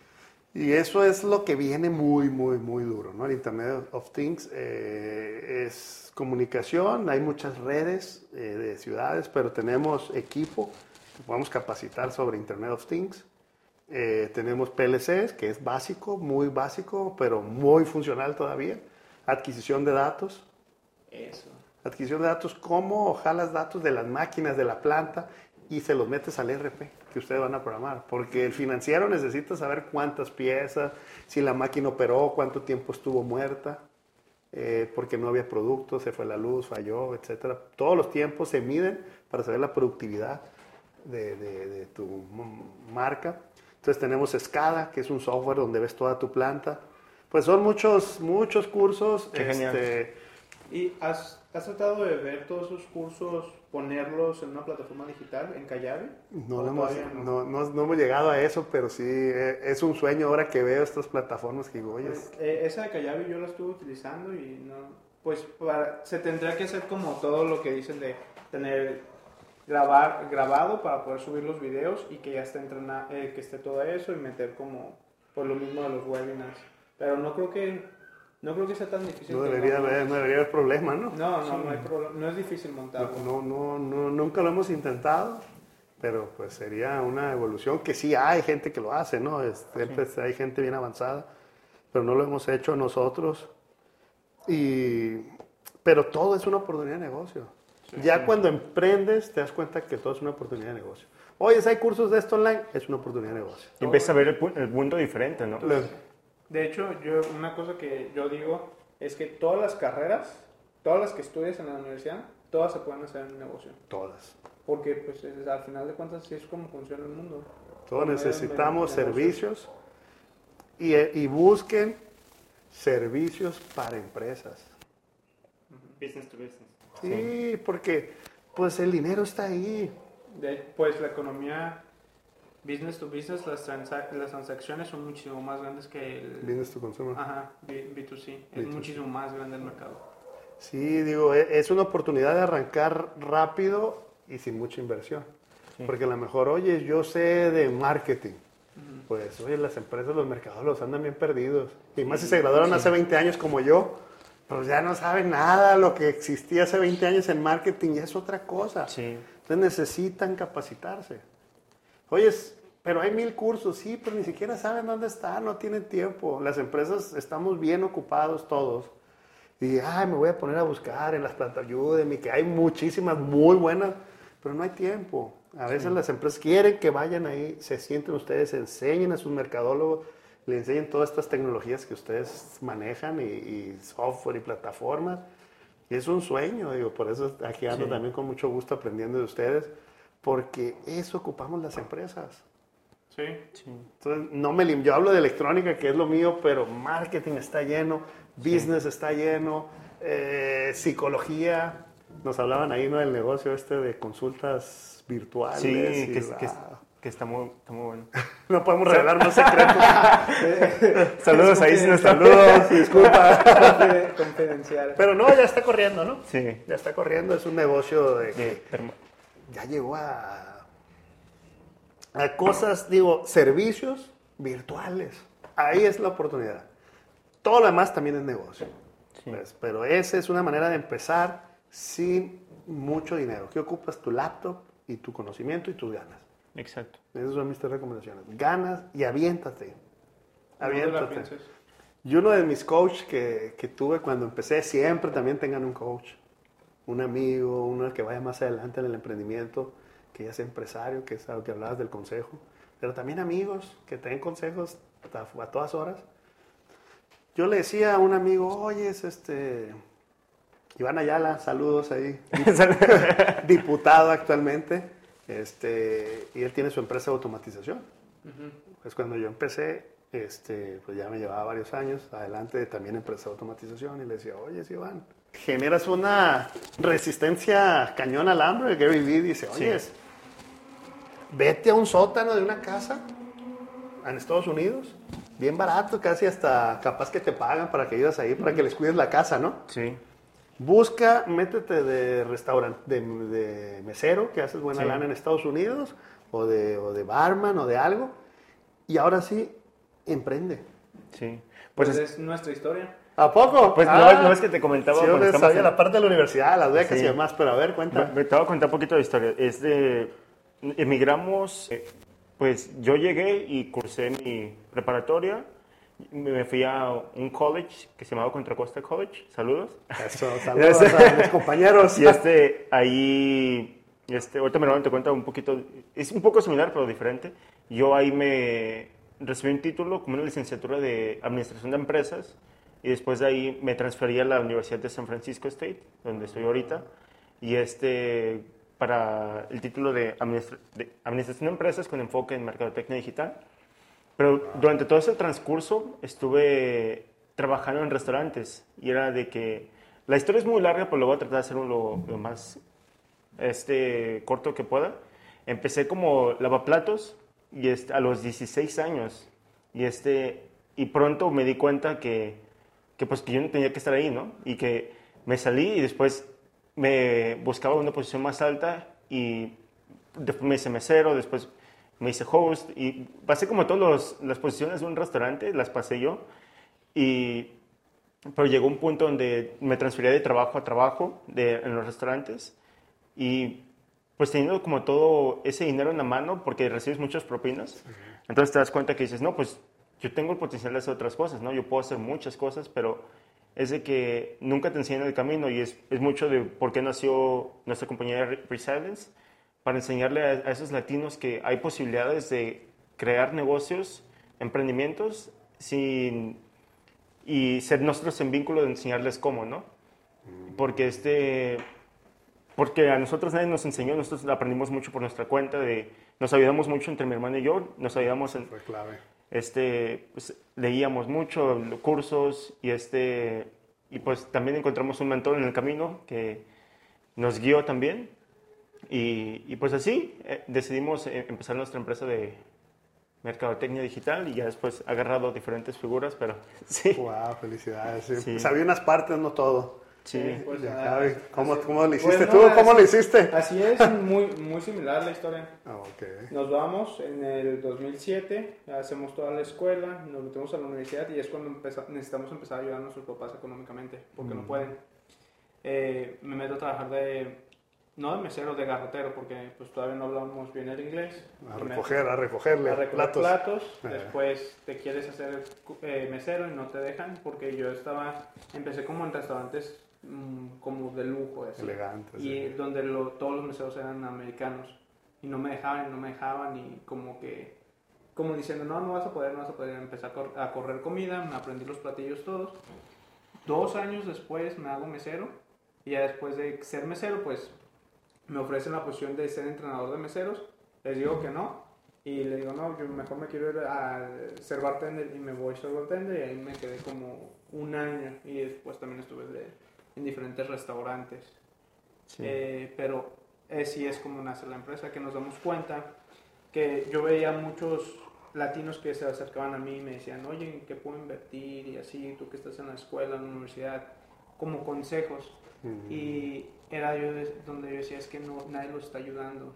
Y eso es lo que viene muy, muy, muy duro, ¿no? El Internet of Things eh, es comunicación, hay muchas redes eh, de ciudades, pero tenemos equipo que podemos capacitar sobre Internet of Things. Eh, tenemos P L Cs, que es básico, muy básico, pero muy funcional todavía. Adquisición de datos. Eso. Adquisición de datos, cómo jalas datos de las máquinas, de la planta y se los metes al E R P que ustedes van a programar. Porque el financiero necesita saber cuántas piezas, si la máquina operó, cuánto tiempo estuvo muerta, eh, porque no había producto, se fue la luz, falló, etcétera. Todos los tiempos se miden para saber la productividad de, de, de tu marca. Entonces tenemos SCADA, que es un software donde ves toda tu planta. Pues son muchos, muchos cursos. Qué genial. Este, ¿Y has, has tratado de ver todos esos cursos, ponerlos en una plataforma digital, en Kajabi? No, no, hemos, no? No, no, no hemos llegado a eso, pero sí, eh, es un sueño ahora que veo estas plataformas que digo, oye... Pues, eh, esa de Kajabi yo la estuve utilizando y no... Pues para, se tendría que hacer como todo lo que dicen de tener grabar, grabado para poder subir los videos y que ya esté, entrena, eh, que esté todo eso y meter como, pues lo mismo de los webinars. Pero no creo que... No creo que sea tan difícil. No debería, haber, no debería haber problema, ¿no? No, no, sí. no hay problema. No es difícil montarlo. No, no, no, nunca lo hemos intentado, pero pues sería una evolución que sí hay gente que lo hace, ¿no? Siempre sí. Hay gente bien avanzada, pero no lo hemos hecho nosotros. Y, pero todo es una oportunidad de negocio. Sí, ya sí. Cuando emprendes te das cuenta que todo es una oportunidad de negocio. Oye, si hay cursos de esto online, es una oportunidad de negocio. Y empiezas a ver el, el mundo diferente, ¿no? Entonces, de hecho, yo una cosa que yo digo es que todas las carreras, todas las que estudias en la universidad, todas se pueden hacer en un negocio. Todas. Porque pues es, al final de cuentas sí es como funciona el mundo. Todos necesitamos servicios y, y busquen servicios para empresas. Business to business. Sí, sí, porque pues el dinero está ahí. De, pues la economía business to business, las, transac las transacciones son muchísimo más grandes que el... Business to consumer. Ajá, B dos C. Es muchísimo más grande el mercado. Sí, digo, es una oportunidad de arrancar rápido y sin mucha inversión. Sí. Porque a lo mejor, oye, yo sé de marketing. Uh-huh. Pues, oye, las empresas, los mercados los andan bien perdidos. Y más sí. si se graduaron sí. hace veinte años como yo, pues ya no saben nada. Lo que existía hace veinte años en marketing ya es otra cosa. Sí. Entonces necesitan capacitarse. Oye, pero hay mil cursos, sí, pero ni siquiera saben dónde están, no tienen tiempo. Las empresas estamos bien ocupados todos. Y, ay, me voy a poner a buscar en las plataformas Udemy, que hay muchísimas muy buenas, pero no hay tiempo. A veces sí. las empresas quieren que vayan ahí, se sienten ustedes, enseñen a sus mercadólogos, le enseñen todas estas tecnologías que ustedes manejan y, y software y plataformas. Y es un sueño, digo, por eso aquí ando sí. también con mucho gusto aprendiendo de ustedes, porque eso ocupamos las empresas. Sí. sí. Entonces, no me lim- yo hablo de electrónica, que es lo mío, pero marketing está lleno, business sí. está lleno, eh, psicología. Nos hablaban ahí, ¿no? Del negocio este de consultas virtuales. Sí, y, que, wow. que, que está, muy, está muy bueno. No podemos revelar más secretos. Saludos ahí, sin saludos, disculpa. Confidencial. Pero no, ya está corriendo, ¿no? Sí. Ya está corriendo, es un negocio de que sí. ya llegó a... a cosas, digo, servicios virtuales. Ahí es la oportunidad. Todo lo demás también es negocio. Sí. Pues, pero esa es una manera de empezar sin mucho dinero. ¿Qué ocupas? Tu laptop y tu conocimiento y tus ganas. Exacto. Esas son mis tres recomendaciones. Ganas y aviéntate. Aviéntate. No y uno de mis coaches que, que tuve cuando empecé, siempre también tengan un coach. Un amigo, uno que vaya más adelante en el emprendimiento, que ya sea empresario, que es algo que hablabas del consejo, pero también amigos que te den consejos a, a todas horas. Yo le decía a un amigo, oye, es este, Iván Ayala, saludos ahí, diputado actualmente, este, y él tiene su empresa de automatización. Uh-huh. Pues cuando yo empecé, este, pues ya me llevaba varios años, adelante también empresa de automatización, y le decía, oye, sí, Iván, generas una resistencia cañón al hambre. Gary Vee dice, oye, sí. vete a un sótano de una casa en Estados Unidos, bien barato, casi hasta capaz que te pagan para que vivas ahí, para que les cuides la casa, ¿no? Sí. Busca, métete de restaurante, de, de mesero, que haces buena sí. lana en Estados Unidos, o de, o de barman, o de algo, y ahora sí, emprende. Sí. Pues, pues es, es nuestra historia. ¿A poco? Pues ah, no, no es que te comentaba. Sí, yo sabía en... la parte de la universidad, las becas sí. y demás, pero a ver, cuenta. Me, te voy a contar un poquito de historia. Es de, emigramos, eh, pues yo llegué y cursé mi preparatoria. Me fui a un college que se llamaba Contra Costa College. Saludos. Eso, saludos a mis compañeros. Y este, ahí, este, ahorita me te cuento un poquito, es un poco similar pero diferente. Yo ahí me recibí un título como una licenciatura de Administración de Empresas. Y después de ahí me transferí a la Universidad de San Francisco State, donde estoy ahorita, y este, para el título de, Administra de Administración de Empresas con enfoque en Mercadotecnia Digital. Pero durante todo ese transcurso estuve trabajando en restaurantes, y era de que, la historia es muy larga, pero lo voy a tratar de hacer lo, lo más este, corto que pueda. Empecé como lavaplatos y este, a los dieciséis años, y, este, y pronto me di cuenta que que pues que yo no tenía que estar ahí, ¿no? Y que me salí y después me buscaba una posición más alta y después me hice mesero, después me hice host y pasé como todas las posiciones de un restaurante, las pasé yo. Y, pero llegó un punto donde me transfería de trabajo a trabajo de, en los restaurantes y pues teniendo como todo ese dinero en la mano porque recibes muchas propinas, uh-huh. entonces te das cuenta que dices, no, pues yo tengo el potencial de hacer otras cosas, ¿no? Yo puedo hacer muchas cosas, pero es de que nunca te enseñan el camino y es, es mucho de por qué nació nuestra compañía Resilience, para enseñarle a, a esos latinos que hay posibilidades de crear negocios, emprendimientos, sin, y ser nosotros en vínculo de enseñarles cómo, ¿no? Porque, este, porque a nosotros nadie nos enseñó, nosotros aprendimos mucho por nuestra cuenta, de, nos ayudamos mucho entre mi hermano y yo, nos ayudamos en... Fue clave. Este, pues, leíamos mucho, cursos, y, este, y pues también encontramos un mentor en el camino que nos guió también. Y, y pues así eh, decidimos eh, empezar nuestra empresa de, mercadotecnia digital y ya después he agarrado diferentes figuras, pero sí. Wow, felicidades. Sí. Sí. Sabía unas partes, no todo. Sí. Pues, Ya, ah, Javi, ¿cómo, así- ¿Cómo lo hiciste Pues, tú? no, ¿Cómo así- lo hiciste? Así es, muy, muy similar la historia. Ah, ok. Nos vamos en el dos mil siete, hacemos toda la escuela, nos metemos a la universidad y es cuando empeza- necesitamos empezar a ayudar a nuestros papás económicamente, porque no Mm. pueden. Eh, me meto a trabajar de, no de mesero, de garrotero, porque pues todavía no hablamos bien el inglés. A Me meto recoger, a recogerle a recoger platos. platos, Eh. después te quieres hacer eh, mesero y no te dejan, porque yo estaba, empecé como en restaurantes mm, como de lujo, así. Elegantes. Y sí. donde lo- todos los meseros eran americanos y no me dejaban y no me dejaban y como que como diciendo no, no vas a poder, no vas a poder. Empecé a, cor- a correr comida, me aprendí los platillos todos. Dos años después me hago mesero y ya después de ser mesero pues me ofrecen la posición de ser entrenador de meseros. Les digo que no y le digo no, yo mejor me quiero ir a ser bartender y me voy a ser bartender y ahí me quedé como un año y después también estuve de- en diferentes restaurantes. Sí. Eh, pero eh, sí es como nace la empresa, que nos damos cuenta que yo veía muchos latinos que se acercaban a mí y me decían, oye, ¿en qué puedo invertir? Y así, tú que estás en la escuela, en la universidad, como consejos. Mm. Y era yo de- donde yo decía, es que no, nadie los está ayudando.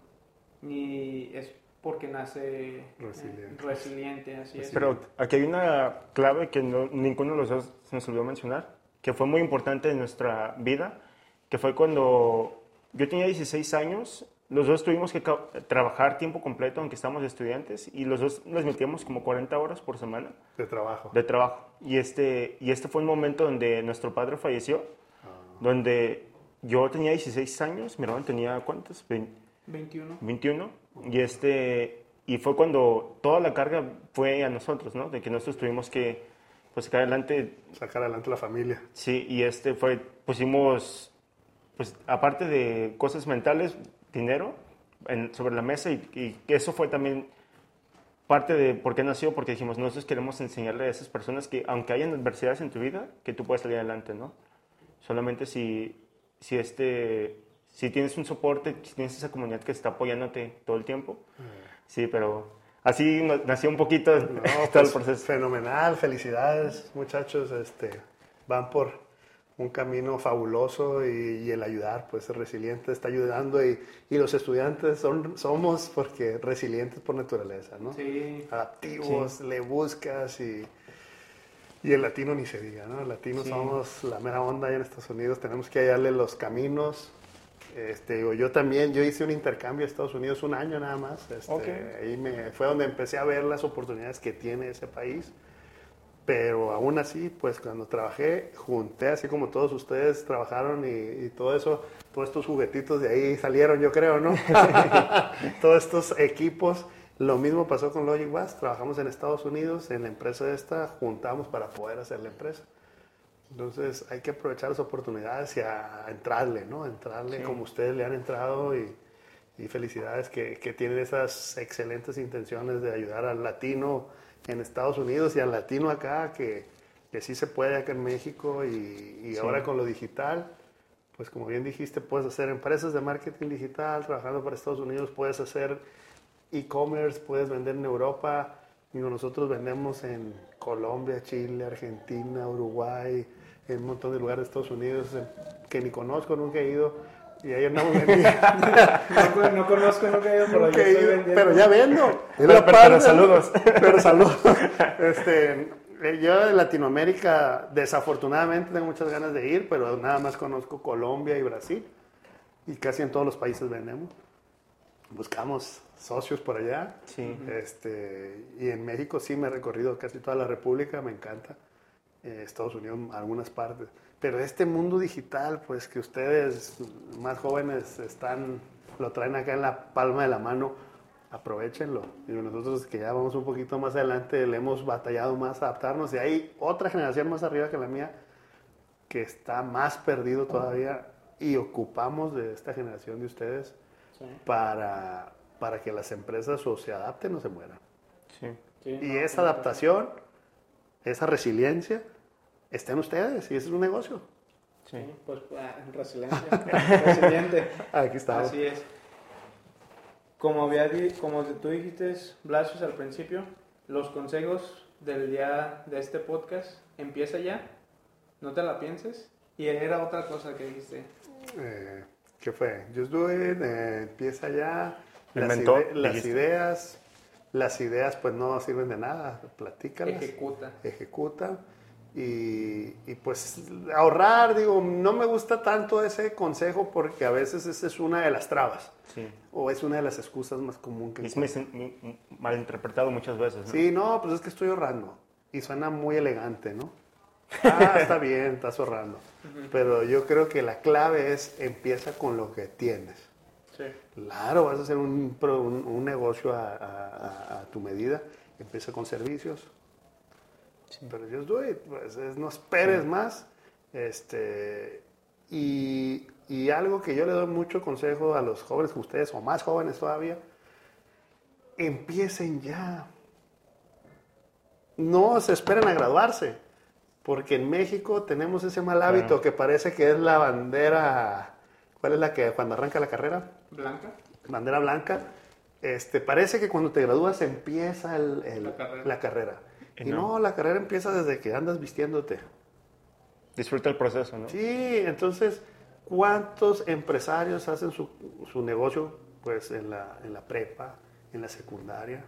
Y es porque nace eh, Resiliente. resiliente, así es. Pero aquí hay una clave que no- ninguno de los dos se nos olvidó mencionar, que fue muy importante en nuestra vida, que fue cuando yo tenía dieciséis años, los dos tuvimos que ca- trabajar tiempo completo, aunque estábamos estudiantes, y los dos les metíamos como cuarenta horas por semana De trabajo. de trabajo. Y este, y este fue el momento donde nuestro padre falleció, Ah. donde yo tenía dieciséis años, mi hermano tenía, ¿cuántos? veinte. veintiuno. veintiuno, y este y fue cuando toda la carga fue a nosotros, ¿no? De que nosotros tuvimos que pues sacar adelante, Sacar adelante la familia. sí, y este fue pusimos pues aparte de cosas mentales, dinero en- sobre la mesa y, y eso fue también parte de por qué nació, porque dijimos, nosotros queremos enseñarle a esas personas que aunque hayan adversidades en tu vida, que tú puedes salir adelante, ¿no? Solamente si si este si tienes un soporte, si tienes esa comunidad que está apoyándote todo el tiempo. Sí, pero así no- nació un poquito No, todo pues, el proceso. fenomenal, felicidades muchachos, este, van por un camino fabuloso y, y el ayudar, pues el resiliente está ayudando y, y los estudiantes son, somos porque resilientes por naturaleza, ¿no? Sí. Adaptivos, le buscas y, y el latino ni se diga, ¿no? El latino Sí. somos la mera onda ahí en Estados Unidos, tenemos que hallarle los caminos. Este, digo, yo también, yo hice un intercambio a Estados Unidos un año nada más. Este, Ok. Ahí me, fue donde empecé a ver las oportunidades que tiene ese país. Pero aún así, pues cuando trabajé, junté, así como todos ustedes trabajaron y, y todo eso, todos estos juguetitos de ahí salieron, yo creo, ¿no? Todos estos equipos. Lo mismo pasó con Logic Was. Trabajamos en Estados Unidos, en la empresa esta, juntamos para poder hacer la empresa. Entonces hay que aprovechar las oportunidades y a, a entrarle, ¿no? A entrarle Sí. como ustedes le han entrado y, y felicidades que, que tienen esas excelentes intenciones de ayudar al latino en Estados Unidos y al latino acá, que, que sí se puede acá en México y, y Sí. ahora con lo digital, pues como bien dijiste, puedes hacer empresas de marketing digital trabajando para Estados Unidos, puedes hacer e-commerce, puedes vender en Europa. Digo, nosotros vendemos en Colombia, Chile, Argentina, Uruguay, en un montón de lugares de Estados Unidos en- que ni conozco, nunca he ido. Y ahí andamos vendiendo. No, no conozco, nunca he ido, pero Nunca yo he estoy ido, vendiendo. pero ya vendo. Es Pero- la pero- parte, pero saludos. Pero saludos. Este, eh, yo de Latinoamérica, desafortunadamente, tengo muchas ganas de ir, pero nada más conozco Colombia y Brasil. Y casi en todos los países vendemos. Buscamos socios por allá. Sí. Este, y en México sí me he recorrido casi toda la República, me encanta. Eh, Estados Unidos, algunas partes. Pero este mundo digital, pues que ustedes más jóvenes están, lo traen acá en la palma de la mano, aprovechenlo. Y nosotros que ya vamos un poquito más adelante, le hemos batallado más a adaptarnos. Y hay otra generación más arriba que la mía que está más perdido todavía y ocupamos de esta generación de ustedes Sí, para, para que las empresas o se adapten o se mueran. Sí. sí, Y no, esa no, adaptación, esa resiliencia, está en ustedes y ese es un negocio. Sí. Sí, pues ah, resiliencia, resiliente. Aquí estamos. Así es. Como, había di- como tú dijiste, Blasius, al principio, los consejos del día de este podcast, empieza ya, no te la pienses. Y era otra cosa que dijiste. Eh, ¿Qué fue? Just do it, eh, empieza ya. El Las, mentor, ide- las dijiste. ideas, las ideas pues no sirven de nada, platícalas. Ejecuta. Ejecuta. Y, y pues ahorrar, digo, no me gusta tanto ese consejo porque a veces esa es una de las trabas. Sí. O es una de las excusas más comunes que Es mis- mi- mi- malinterpretado muchas veces, ¿no? Sí, no, pues es que estoy ahorrando. Y suena muy elegante, ¿no? Ah, está bien, estás ahorrando. Pero yo creo que la clave es empieza con lo que tienes. Sí. Claro, vas a hacer un, pro- un, un negocio a, a- a- a tu medida. Empieza con servicios. Sí. Pero just do it. Pues, es- no esperes Sí. más. Este, y, y algo que yo le doy mucho consejo a los jóvenes como ustedes, o más jóvenes todavía, empiecen ya. No se esperen a graduarse. Porque en México tenemos ese mal hábito Claro. que parece que es la bandera. ¿Cuál es la que cuando arranca la carrera? Blanca. Bandera blanca. Este, parece que cuando te gradúas empieza el- el- La carrera. la carrera. Y Y no. no, la carrera empieza desde que andas vistiéndote. Disfruta el proceso, ¿no? Sí, entonces, ¿cuántos empresarios hacen su, su negocio pues en la, en la prepa, en la secundaria?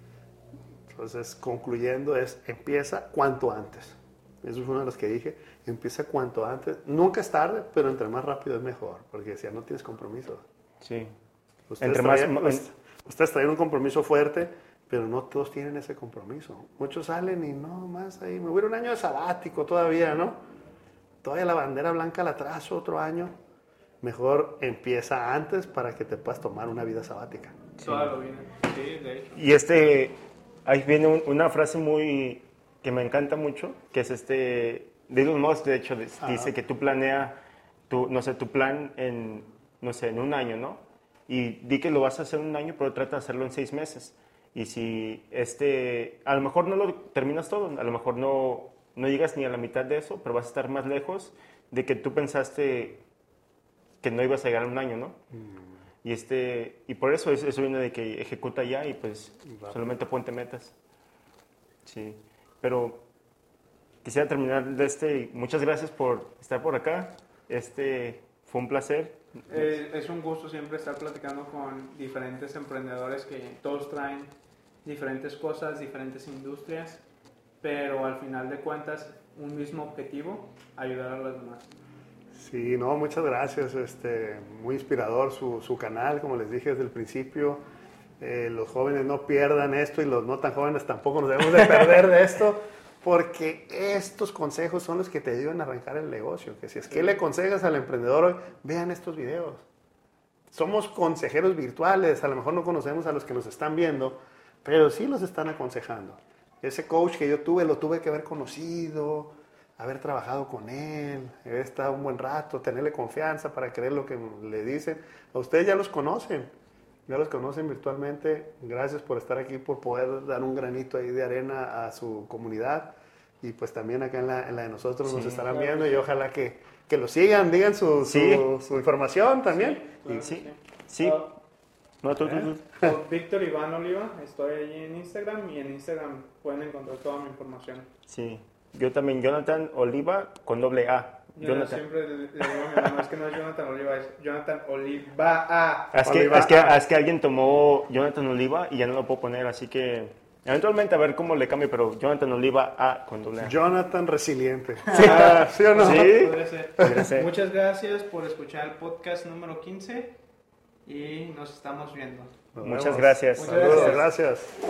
Entonces, concluyendo es, empieza cuanto antes. Eso fue uno de los que dije, empieza cuanto antes. Nunca es tarde, pero entre más rápido es mejor, porque si ya no tienes compromiso. Sí. Ustedes, Entre más- traían, pues, ustedes traen un compromiso fuerte, pero no todos tienen ese compromiso. Muchos salen y no, más ahí, me voy a ir un año de sabático todavía, ¿no? Todavía la bandera blanca la trazo otro año. Mejor empieza antes para que te puedas tomar una vida sabática. Toda lo viene. Sí, de hecho. Y este, ahí viene un- una frase muy, que me encanta mucho, que es este, de Elon Musk, de hecho, de- dice que tú planea, tu, no sé, tu plan en, no sé, en un año, ¿no? Y di que lo vas a hacer en un año, pero trata de hacerlo en seis meses. Y si este, a lo mejor no lo terminas todo, a lo mejor no, no llegas ni a la mitad de eso, pero vas a estar más lejos de que tú pensaste que no ibas a llegar a un año, ¿no? Y, este, y por eso es- eso viene de que ejecuta ya y pues Va. solamente ponte metas. Sí, pero quisiera terminar de este. y Muchas gracias por estar por acá. Este fue un placer. Eh, es un gusto siempre estar platicando con diferentes emprendedores que todos traen diferentes cosas, diferentes industrias, pero al final de cuentas un mismo objetivo, ayudar a los demás. Sí, no, muchas gracias. Este, muy inspirador su, su canal, como les dije desde el principio. Eh, los jóvenes no pierdan esto y los no tan jóvenes tampoco nos debemos de perder de esto, porque estos consejos son los que te ayudan a arrancar el negocio. Que si es que le aconsejas al emprendedor hoy, vean estos videos. Somos consejeros virtuales, a lo mejor no conocemos a los que nos están viendo, pero sí los están aconsejando. Ese coach que yo tuve, lo tuve que haber conocido, haber trabajado con él, haber estado un buen rato, tenerle confianza para creer lo que le dicen. A ustedes ya los conocen, ya los conocen virtualmente. Gracias por estar aquí, por poder dar un granito ahí de arena a su comunidad. Y pues también acá en la, en la de nosotros nos Sí, estarán claro, viendo sí. y ojalá que, que lo sigan, digan su, su, Sí. su información también. Claro que Sí, sí. Ah, No, tú, tú, ¿Eh? tú. por Víctor Iván Oliva, estoy allí en Instagram y en Instagram pueden encontrar toda mi información. Sí. Yo también, Jonathan Oliva con doble A. Yo Jonathan. siempre le, le digo a mi mamá, es que no es Jonathan Oliva, es Jonathan Oliva. Ah, Es que, Oliva. es, que, es que alguien tomó Jonathan Oliva y ya no lo puedo poner, así que eventualmente a ver cómo le cambio, pero Jonathan Oliva A con doble A. Jonathan Resiliente. Ah, ¿sí o no? Sí. podría ser. Podría ser. Muchas gracias por escuchar el podcast número quince y nos estamos viendo. Nos Muchas vemos. gracias. Muchas Saludos, gracias. gracias.